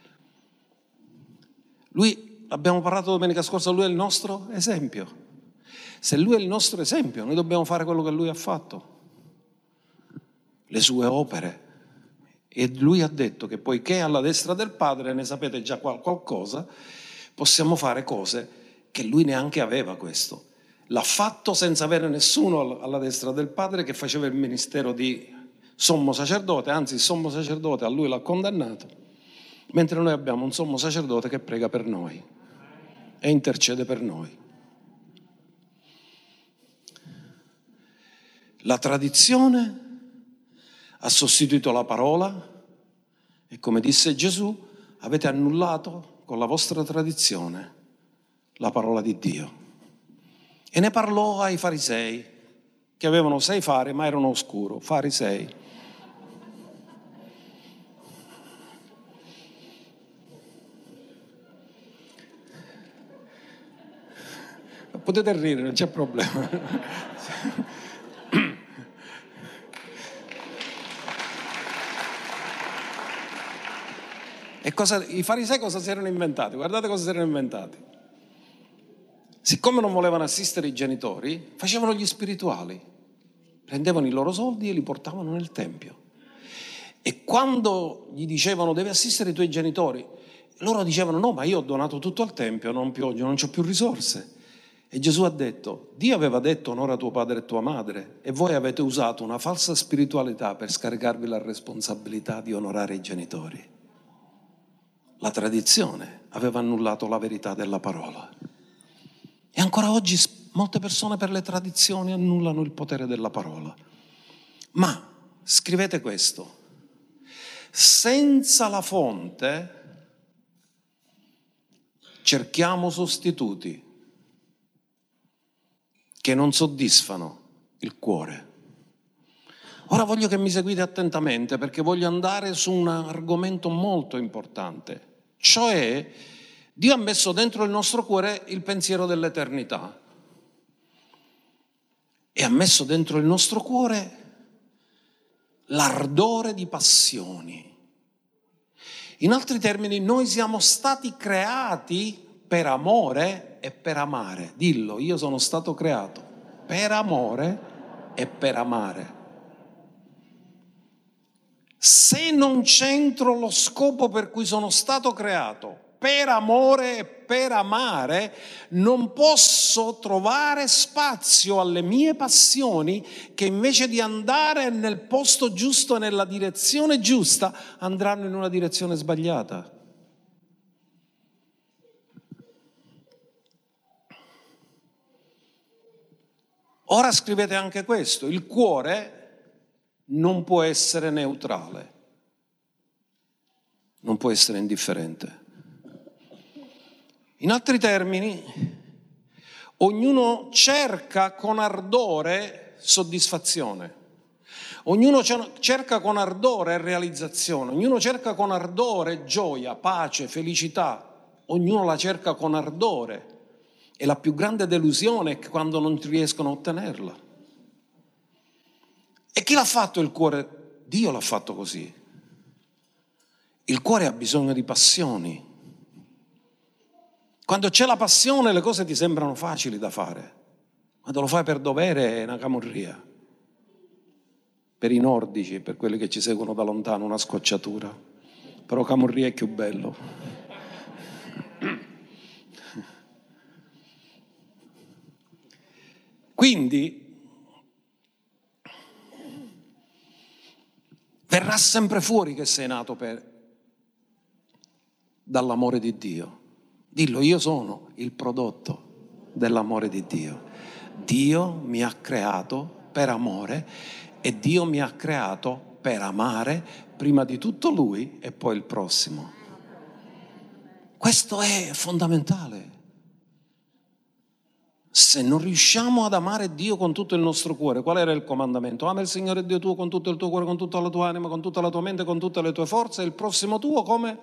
Lui, abbiamo parlato domenica scorsa, lui è il nostro esempio. Se lui è il nostro esempio, noi dobbiamo fare quello che lui ha fatto, le sue opere. E lui ha detto che poiché alla destra del Padre, ne sapete già qualcosa, possiamo fare cose che lui neanche aveva questo. L'ha fatto senza avere nessuno alla destra del Padre che faceva il ministero di sommo sacerdote, anzi il sommo sacerdote a lui l'ha condannato, mentre noi abbiamo un sommo sacerdote che prega per noi e intercede per noi. La tradizione ha sostituito la parola e, come disse Gesù, avete annullato con la vostra tradizione la parola di Dio. E ne parlò ai farisei, che avevano 6 fari ma erano oscuro, farisei. Potete ridere, non c'è problema. E i farisei cosa si erano inventati? Guardate cosa si erano inventati. Siccome non volevano assistere i genitori, facevano gli spirituali. Prendevano i loro soldi e li portavano nel tempio. E quando gli dicevano devi assistere i tuoi genitori, loro dicevano no, ma io ho donato tutto al tempio, non ho più risorse. E Gesù ha detto, Dio aveva detto onora tuo padre e tua madre, e voi avete usato una falsa spiritualità per scaricarvi la responsabilità di onorare i genitori. La tradizione aveva annullato la verità della parola. E ancora oggi molte persone per le tradizioni annullano il potere della parola. Ma scrivete questo: senza la fonte cerchiamo sostituti che non soddisfano il cuore. Ora voglio che mi seguite attentamente, perché voglio andare su un argomento molto importante, cioè Dio ha messo dentro il nostro cuore il pensiero dell'eternità e ha messo dentro il nostro cuore l'ardore di passioni. In altri termini, noi siamo stati creati per amore e per amare. Dillo, io sono stato creato per amore e per amare. Se non c'entro lo scopo per cui sono stato creato, per amore e per amare, non posso trovare spazio alle mie passioni che invece di andare nel posto giusto e nella direzione giusta, andranno in una direzione sbagliata. Ora scrivete anche questo: il cuore non può essere neutrale, non può essere indifferente. In altri termini, ognuno cerca con ardore soddisfazione, ognuno cerca con ardore realizzazione, ognuno cerca con ardore gioia, pace, felicità, ognuno la cerca con ardore. E la più grande delusione è quando non riescono a ottenerla. E chi l'ha fatto il cuore? Dio l'ha fatto così. Il cuore ha bisogno di passioni. Quando c'è la passione le cose ti sembrano facili da fare. Quando lo fai per dovere è una camorria. Per i nordici, per quelli che ci seguono da lontano, una scocciatura. Però camorria è più bello. Quindi verrà sempre fuori che sei nato dall'amore di Dio. Dillo, io sono il prodotto dell'amore di Dio. Dio mi ha creato per amore e Dio mi ha creato per amare prima di tutto Lui e poi il prossimo. Questo è fondamentale. Se non riusciamo ad amare Dio con tutto il nostro cuore, qual era il comandamento? Ama il Signore Dio tuo con tutto il tuo cuore, con tutta la tua anima, con tutta la tua mente, con tutte le tue forze, e il prossimo tuo come?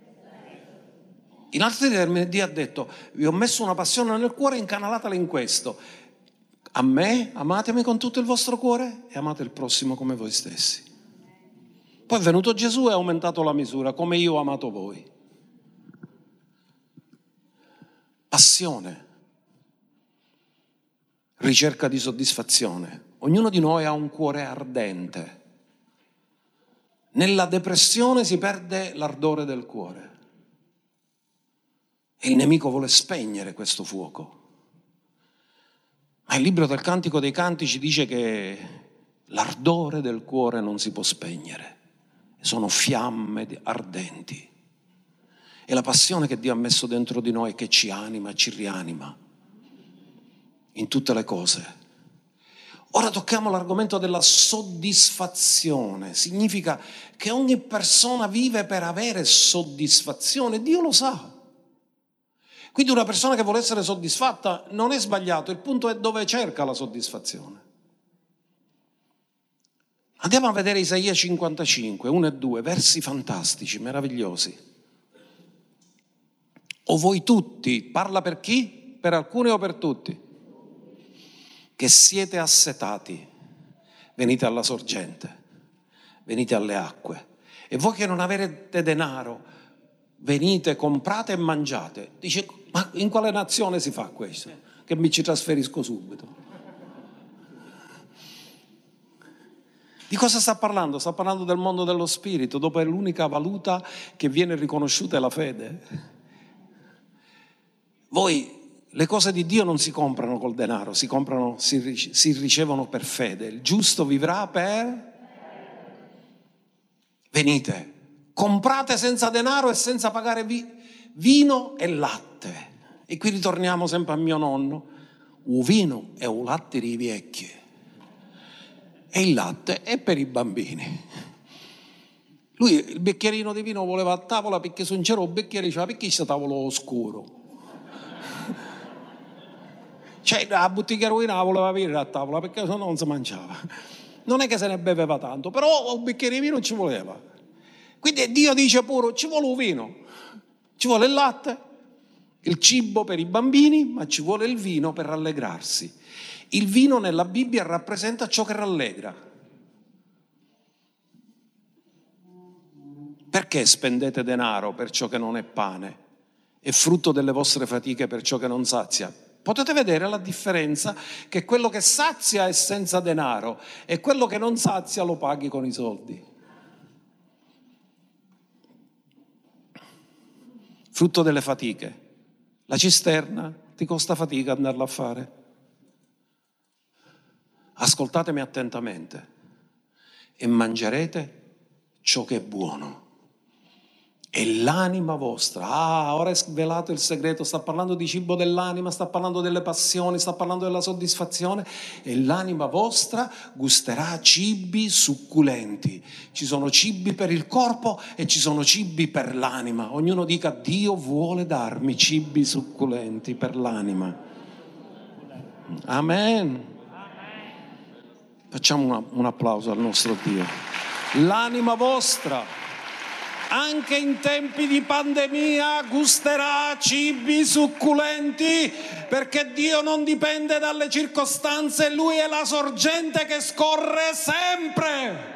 In altri termini, Dio ha detto: vi ho messo una passione nel cuore, incanalatela in questo. A me, amatemi con tutto il vostro cuore e amate il prossimo come voi stessi. Poi è venuto Gesù e ha aumentato la misura, come io ho amato voi. Passione, ricerca di soddisfazione. Ognuno di noi ha un cuore ardente. Nella depressione si perde l'ardore del cuore. E il nemico vuole spegnere questo fuoco. Ma il libro del Cantico dei Cantici dice che l'ardore del cuore non si può spegnere. Sono fiamme ardenti. È la passione che Dio ha messo dentro di noi che ci anima, ci rianima in tutte le cose. Ora tocchiamo l'argomento della soddisfazione. Significa che ogni persona vive per avere soddisfazione. Dio lo sa. Quindi una persona che vuole essere soddisfatta non è sbagliato, il punto è dove cerca la soddisfazione. Andiamo a vedere Isaia 55, 1 e 2, versi fantastici, meravigliosi. O voi tutti, parla per chi? Per alcuni o per tutti? Che siete assetati, venite alla sorgente, venite alle acque. E voi che non avete denaro, venite, comprate e mangiate. Dice, ma in quale nazione si fa questo? Che mi ci trasferisco subito. Di cosa sta parlando? Sta parlando del mondo dello spirito, dove l'unica valuta che viene riconosciuta è la fede. Voi, le cose di Dio non si comprano col denaro, si comprano, si ricevono per fede. Il giusto vivrà per... Venite, comprate senza denaro e senza pagare vino e latte. E qui ritorniamo sempre a mio nonno. Il vino è un latte di vecchi e il latte è per i bambini. Lui il bicchierino di vino voleva a tavola perché se non c'era un bicchiere diceva perché c'è tavolo oscuro. Cioè la bottiglia ruina voleva avere a tavola perché se no non si mangiava. Non è che se ne beveva tanto, però un bicchiere di vino ci voleva. Quindi Dio dice pure ci vuole un vino, ci vuole il latte, il cibo per i bambini, ma ci vuole il vino per rallegrarsi. Il vino nella Bibbia rappresenta ciò che rallegra. Perché spendete denaro per ciò che non è pane e frutto delle vostre fatiche per ciò che non sazia? Potete vedere la differenza che quello che sazia è senza denaro e quello che non sazia lo paghi con i soldi. Frutto delle fatiche. La cisterna ti costa fatica andarla a fare. Ascoltatemi attentamente e mangerete ciò che è buono. E l'anima vostra, ora è svelato il segreto, sta parlando di cibo dell'anima, sta parlando delle passioni, sta parlando della soddisfazione, e l'anima vostra gusterà cibi succulenti. Ci sono cibi per il corpo e ci sono cibi per l'anima. Ognuno dica: Dio vuole darmi cibi succulenti per l'anima. Amen. Facciamo un applauso al nostro Dio. L'anima vostra anche in tempi di pandemia gusterà cibi succulenti, perché Dio non dipende dalle circostanze, Lui è la sorgente che scorre sempre.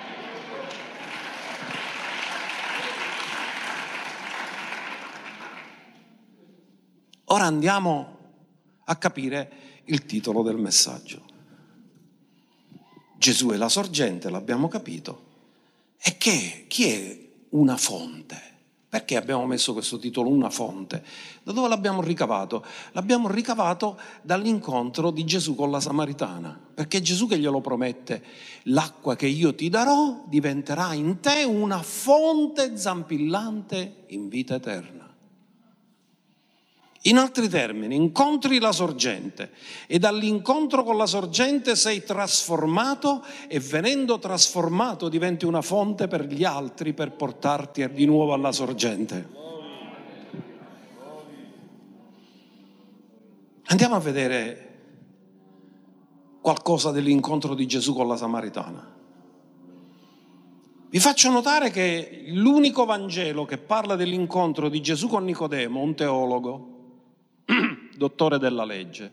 Ora andiamo a capire il titolo del messaggio. Gesù è la sorgente, l'abbiamo capito. E chi è una fonte? Perché abbiamo messo questo titolo, una fonte? Da dove l'abbiamo ricavato? L'abbiamo ricavato dall'incontro di Gesù con la Samaritana, perché è Gesù che glielo promette: l'acqua che io ti darò diventerà in te una fonte zampillante in vita eterna. In altri termini, incontri la sorgente e dall'incontro con la sorgente sei trasformato, e venendo trasformato diventi una fonte per gli altri per portarti di nuovo alla sorgente. Andiamo a vedere qualcosa dell'incontro di Gesù con la Samaritana. Vi faccio notare che l'unico Vangelo che parla dell'incontro di Gesù con Nicodemo, un teologo, dottore della legge,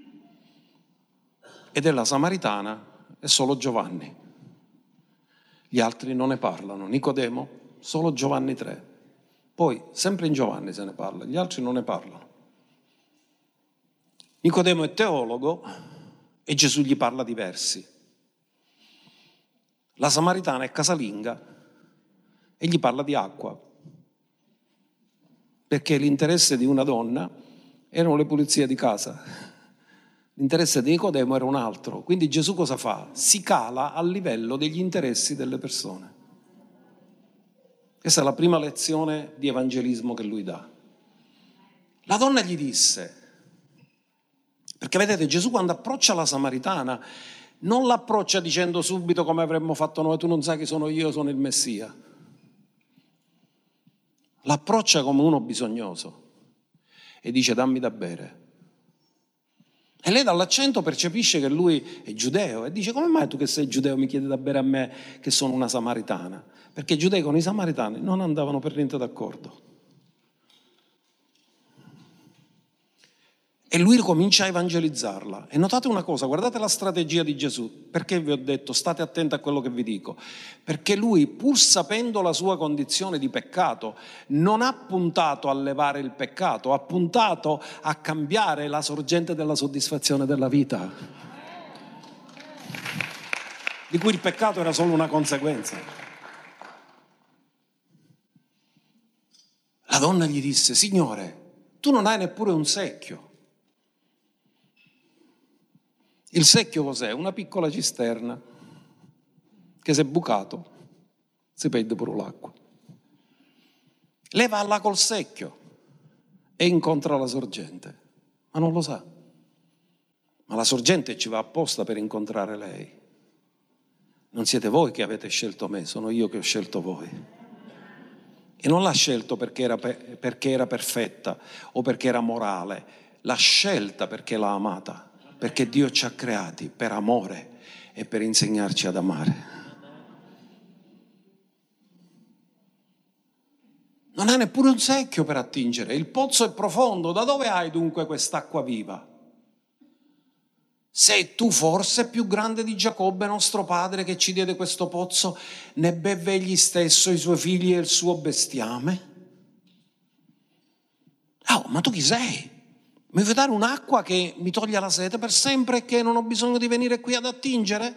e della Samaritana è solo Giovanni. Gli altri non ne parlano. Nicodemo, solo Giovanni 3. Poi, sempre in Giovanni se ne parla, gli altri non ne parlano. Nicodemo è teologo e Gesù gli parla di versi. La Samaritana è casalinga e gli parla di acqua, perché l'interesse di una donna erano le pulizie di casa, l'interesse di Nicodemo era un altro. Quindi Gesù cosa fa? Si cala al livello degli interessi delle persone. Questa è la prima lezione di evangelismo che lui dà. La donna gli disse, perché vedete, Gesù quando approccia la Samaritana non l'approccia dicendo subito come avremmo fatto noi, tu non sai chi sono io sono il Messia. L'approccia come uno bisognoso e dice dammi da bere. E lei dall'accento percepisce che lui è giudeo e dice come mai tu che sei giudeo mi chiedi da bere a me che sono una samaritana? Perché i giudei con i samaritani non andavano per niente d'accordo. E lui comincia a evangelizzarla. E notate una cosa, guardate la strategia di Gesù. Perché vi ho detto, state attenti a quello che vi dico? Perché lui, pur sapendo la sua condizione di peccato, non ha puntato a levare il peccato, ha puntato a cambiare la sorgente della soddisfazione della vita, di cui il peccato era solo una conseguenza. La donna gli disse, Signore, tu non hai neppure un secchio. Il secchio cos'è? Una piccola cisterna che se è bucato si perde pure l'acqua. Lei va là col secchio e incontra la sorgente, ma non lo sa. Ma la sorgente ci va apposta per incontrare lei. Non siete voi che avete scelto me, sono io che ho scelto voi. E non l'ha scelto perché era perfetta o perché era morale, l'ha scelta perché l'ha amata. Perché Dio ci ha creati per amore e per insegnarci ad amare. Non ha neppure un secchio per attingere, il pozzo è profondo, da dove hai dunque quest'acqua viva? Sei tu forse più grande di Giacobbe, nostro padre, che ci diede questo pozzo, ne beve egli stesso, i suoi figli e il suo bestiame? Oh, ma tu chi sei? Mi vuoi dare un'acqua che mi toglie la sete per sempre e che non ho bisogno di venire qui ad attingere?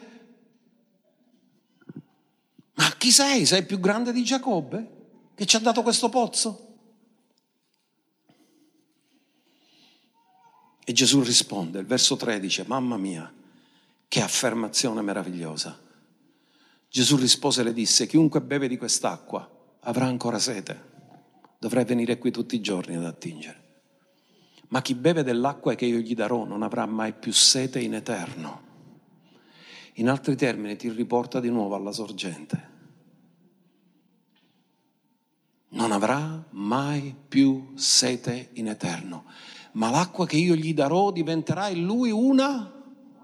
Ma chi sei? Sei più grande di Giacobbe che ci ha dato questo pozzo? E Gesù risponde, il verso 13, mamma mia, che affermazione meravigliosa. Gesù rispose e le disse, chiunque beve di quest'acqua avrà ancora sete, dovrà venire qui tutti i giorni ad attingere. Ma chi beve dell'acqua che io gli darò non avrà mai più sete in eterno. In altri termini ti riporta di nuovo alla sorgente. Non avrà mai più sete in eterno. Ma l'acqua che io gli darò diventerà in lui una...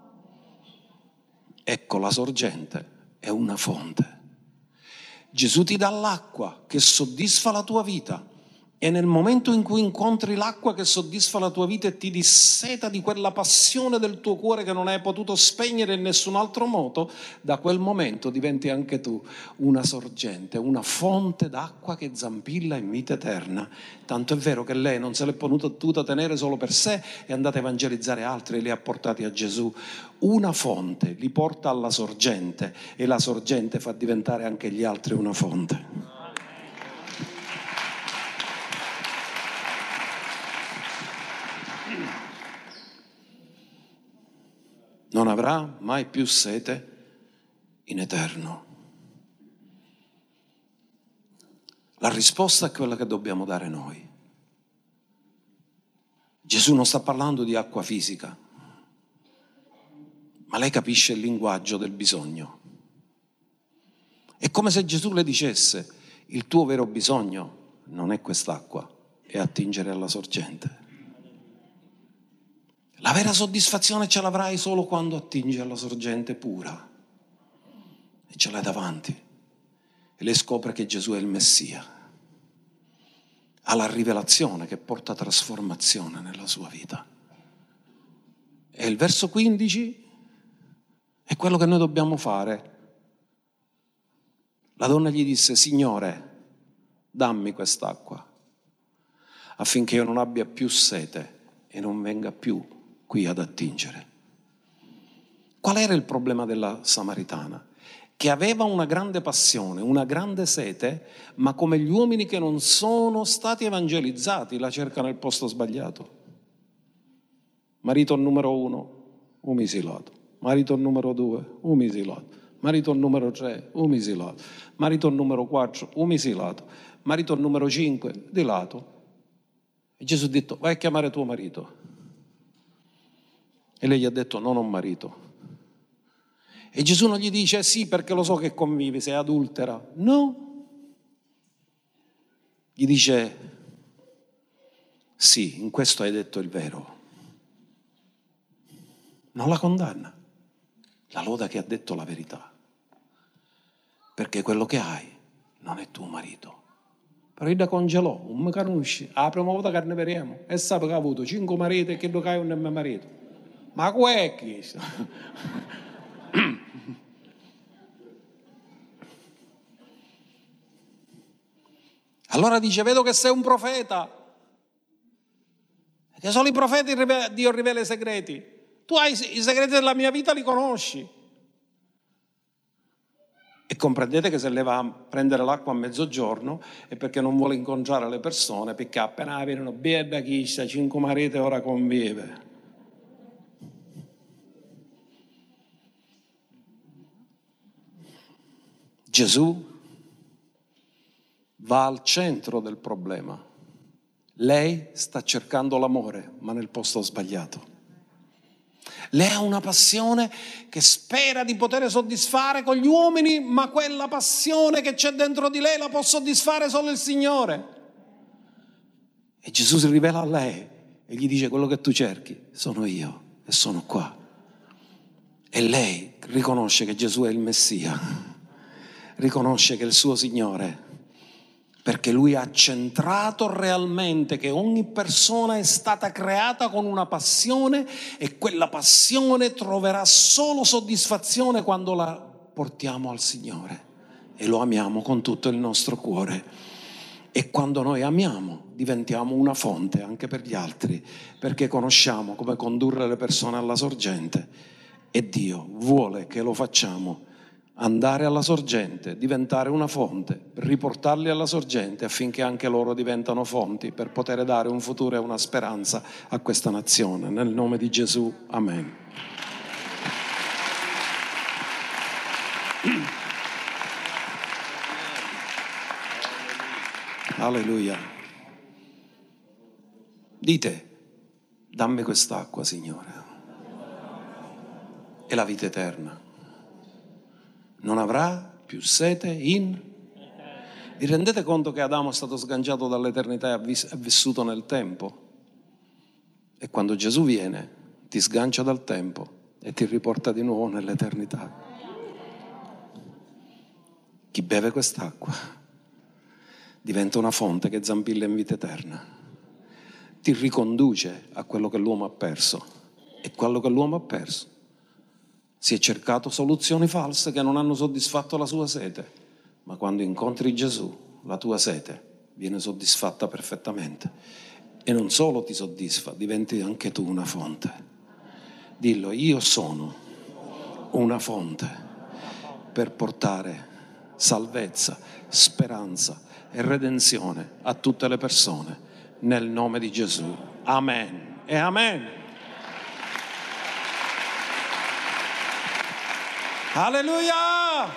Ecco, la sorgente è una fonte. Gesù ti dà l'acqua che soddisfa la tua vita. E nel momento in cui incontri l'acqua che soddisfa la tua vita e ti disseta di quella passione del tuo cuore che non hai potuto spegnere in nessun altro modo, da quel momento diventi anche tu una sorgente, una fonte d'acqua che zampilla in vita eterna. Tanto è vero che lei non se l'è potuta tenere solo per sé, è andata a evangelizzare altri e li ha portati a Gesù. Una fonte li porta alla sorgente e la sorgente fa diventare anche gli altri una fonte. Non avrà mai più sete in eterno. La risposta è quella che dobbiamo dare noi. Gesù non sta parlando di acqua fisica, ma lei capisce il linguaggio del bisogno. È come se Gesù le dicesse, il tuo vero bisogno non è quest'acqua, è attingere alla sorgente. La vera soddisfazione ce l'avrai solo quando attingi alla sorgente pura e ce l'hai davanti e lei scopre che Gesù è il Messia. Ha la rivelazione che porta trasformazione nella sua vita. E il verso 15 è quello che noi dobbiamo fare. La donna gli disse: Signore, dammi quest'acqua affinché io non abbia più sete e non venga più qui ad attingere. Qual era il problema della Samaritana? Che aveva una grande passione, una grande sete, ma come gli uomini che non sono stati evangelizzati la cercano al posto sbagliato. Marito numero 1, umisilato. Marito numero 2, umisilato. Marito numero 3, umisilato. Marito numero 4, umisilato. Marito numero 5, di lato. E Gesù ha detto: vai a chiamare tuo marito. E lei gli ha detto: non ho marito. E Gesù non gli dice: sì, perché lo so che convivi, sei adultera. No. Gli dice: sì, in questo hai detto il vero. Non la condanna, la loda che ha detto la verità. Perché quello che hai non è tuo marito. Però io congelò, non mi conosci, la prima volta che ne vedremo, e sa che ha avuto 5 mariti e che lo hai un mio marito. Ma è questo? Allora dice: vedo che sei un profeta. Che solo i profeti Dio rivela i segreti. Tu hai i segreti della mia vita, li conosci. E comprendete che se lei va a prendere l'acqua a mezzogiorno è perché non vuole incontrare le persone, perché appena avevano bella chista, 5 mariti ora convive. Gesù va al centro del problema. Lei sta cercando l'amore, ma nel posto sbagliato. Lei ha una passione che spera di poter soddisfare con gli uomini, ma quella passione che c'è dentro di lei la può soddisfare solo il Signore. E Gesù si rivela a lei e gli dice: quello che tu cerchi sono io e sono qua. E lei riconosce che Gesù è il Messia, riconosce che è il suo Signore, perché lui ha centrato realmente che ogni persona è stata creata con una passione e quella passione troverà solo soddisfazione quando la portiamo al Signore e lo amiamo con tutto il nostro cuore. E quando noi amiamo diventiamo una fonte anche per gli altri, perché conosciamo come condurre le persone alla sorgente e Dio vuole che lo facciamo. Andare alla sorgente, diventare una fonte, riportarli alla sorgente affinché anche loro diventano fonti per poter dare un futuro e una speranza a questa nazione. Nel nome di Gesù, amen. Alleluia. Dite: dammi quest'acqua, Signore, e la vita eterna. Non avrà più sete in... Vi rendete conto che Adamo è stato sganciato dall'eternità e ha vissuto nel tempo? E quando Gesù viene, ti sgancia dal tempo e ti riporta di nuovo nell'eternità. Chi beve quest'acqua diventa una fonte che zampilla in vita eterna. Ti riconduce a quello che l'uomo ha perso. E quello che l'uomo ha perso, si è cercato soluzioni false che non hanno soddisfatto la sua sete, ma quando incontri Gesù, la tua sete viene soddisfatta perfettamente. E non solo ti soddisfa, diventi anche tu una fonte. Dillo: io sono una fonte per portare salvezza, speranza e redenzione a tutte le persone, nel nome di Gesù. Amen e amen. Alleluia!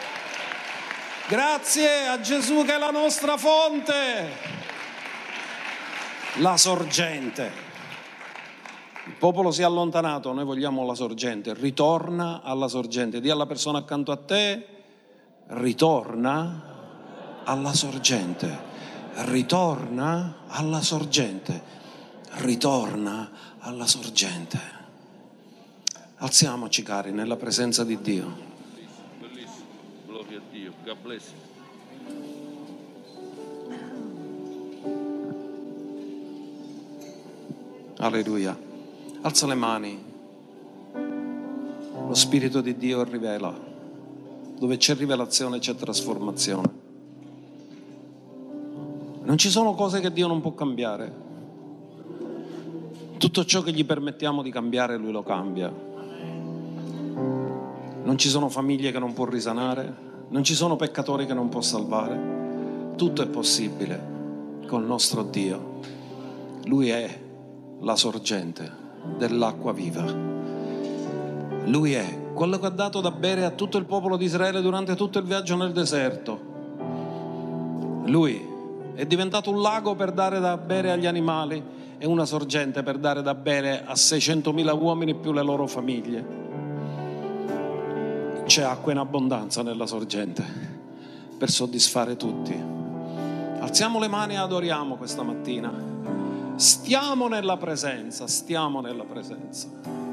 Grazie a Gesù che è la nostra fonte, la sorgente. Il popolo si è allontanato, noi vogliamo la sorgente. Ritorna alla sorgente. Dì alla persona accanto a te: ritorna alla sorgente. Ritorna alla sorgente. ritorna alla sorgente. Alziamoci, cari, nella presenza di Dio. Bellissimo, gloria a Dio. God bless you. Alleluia. Alza le mani. Lo Spirito di Dio rivela. Dove c'è rivelazione c'è trasformazione. Non ci sono cose che Dio non può cambiare. Tutto ciò che gli permettiamo di cambiare, Lui lo cambia. Non ci sono famiglie che non può risanare, non ci sono peccatori che non può salvare. Tutto è possibile col nostro Dio. Lui è la sorgente dell'acqua viva. Lui è quello che ha dato da bere a tutto il popolo di Israele durante tutto il viaggio nel deserto. Lui è diventato un lago per dare da bere agli animali e una sorgente per dare da bere a 600.000 uomini più le loro famiglie. C'è acqua in abbondanza nella sorgente per soddisfare tutti. Alziamo le mani e adoriamo questa mattina. Stiamo nella presenza, stiamo nella presenza.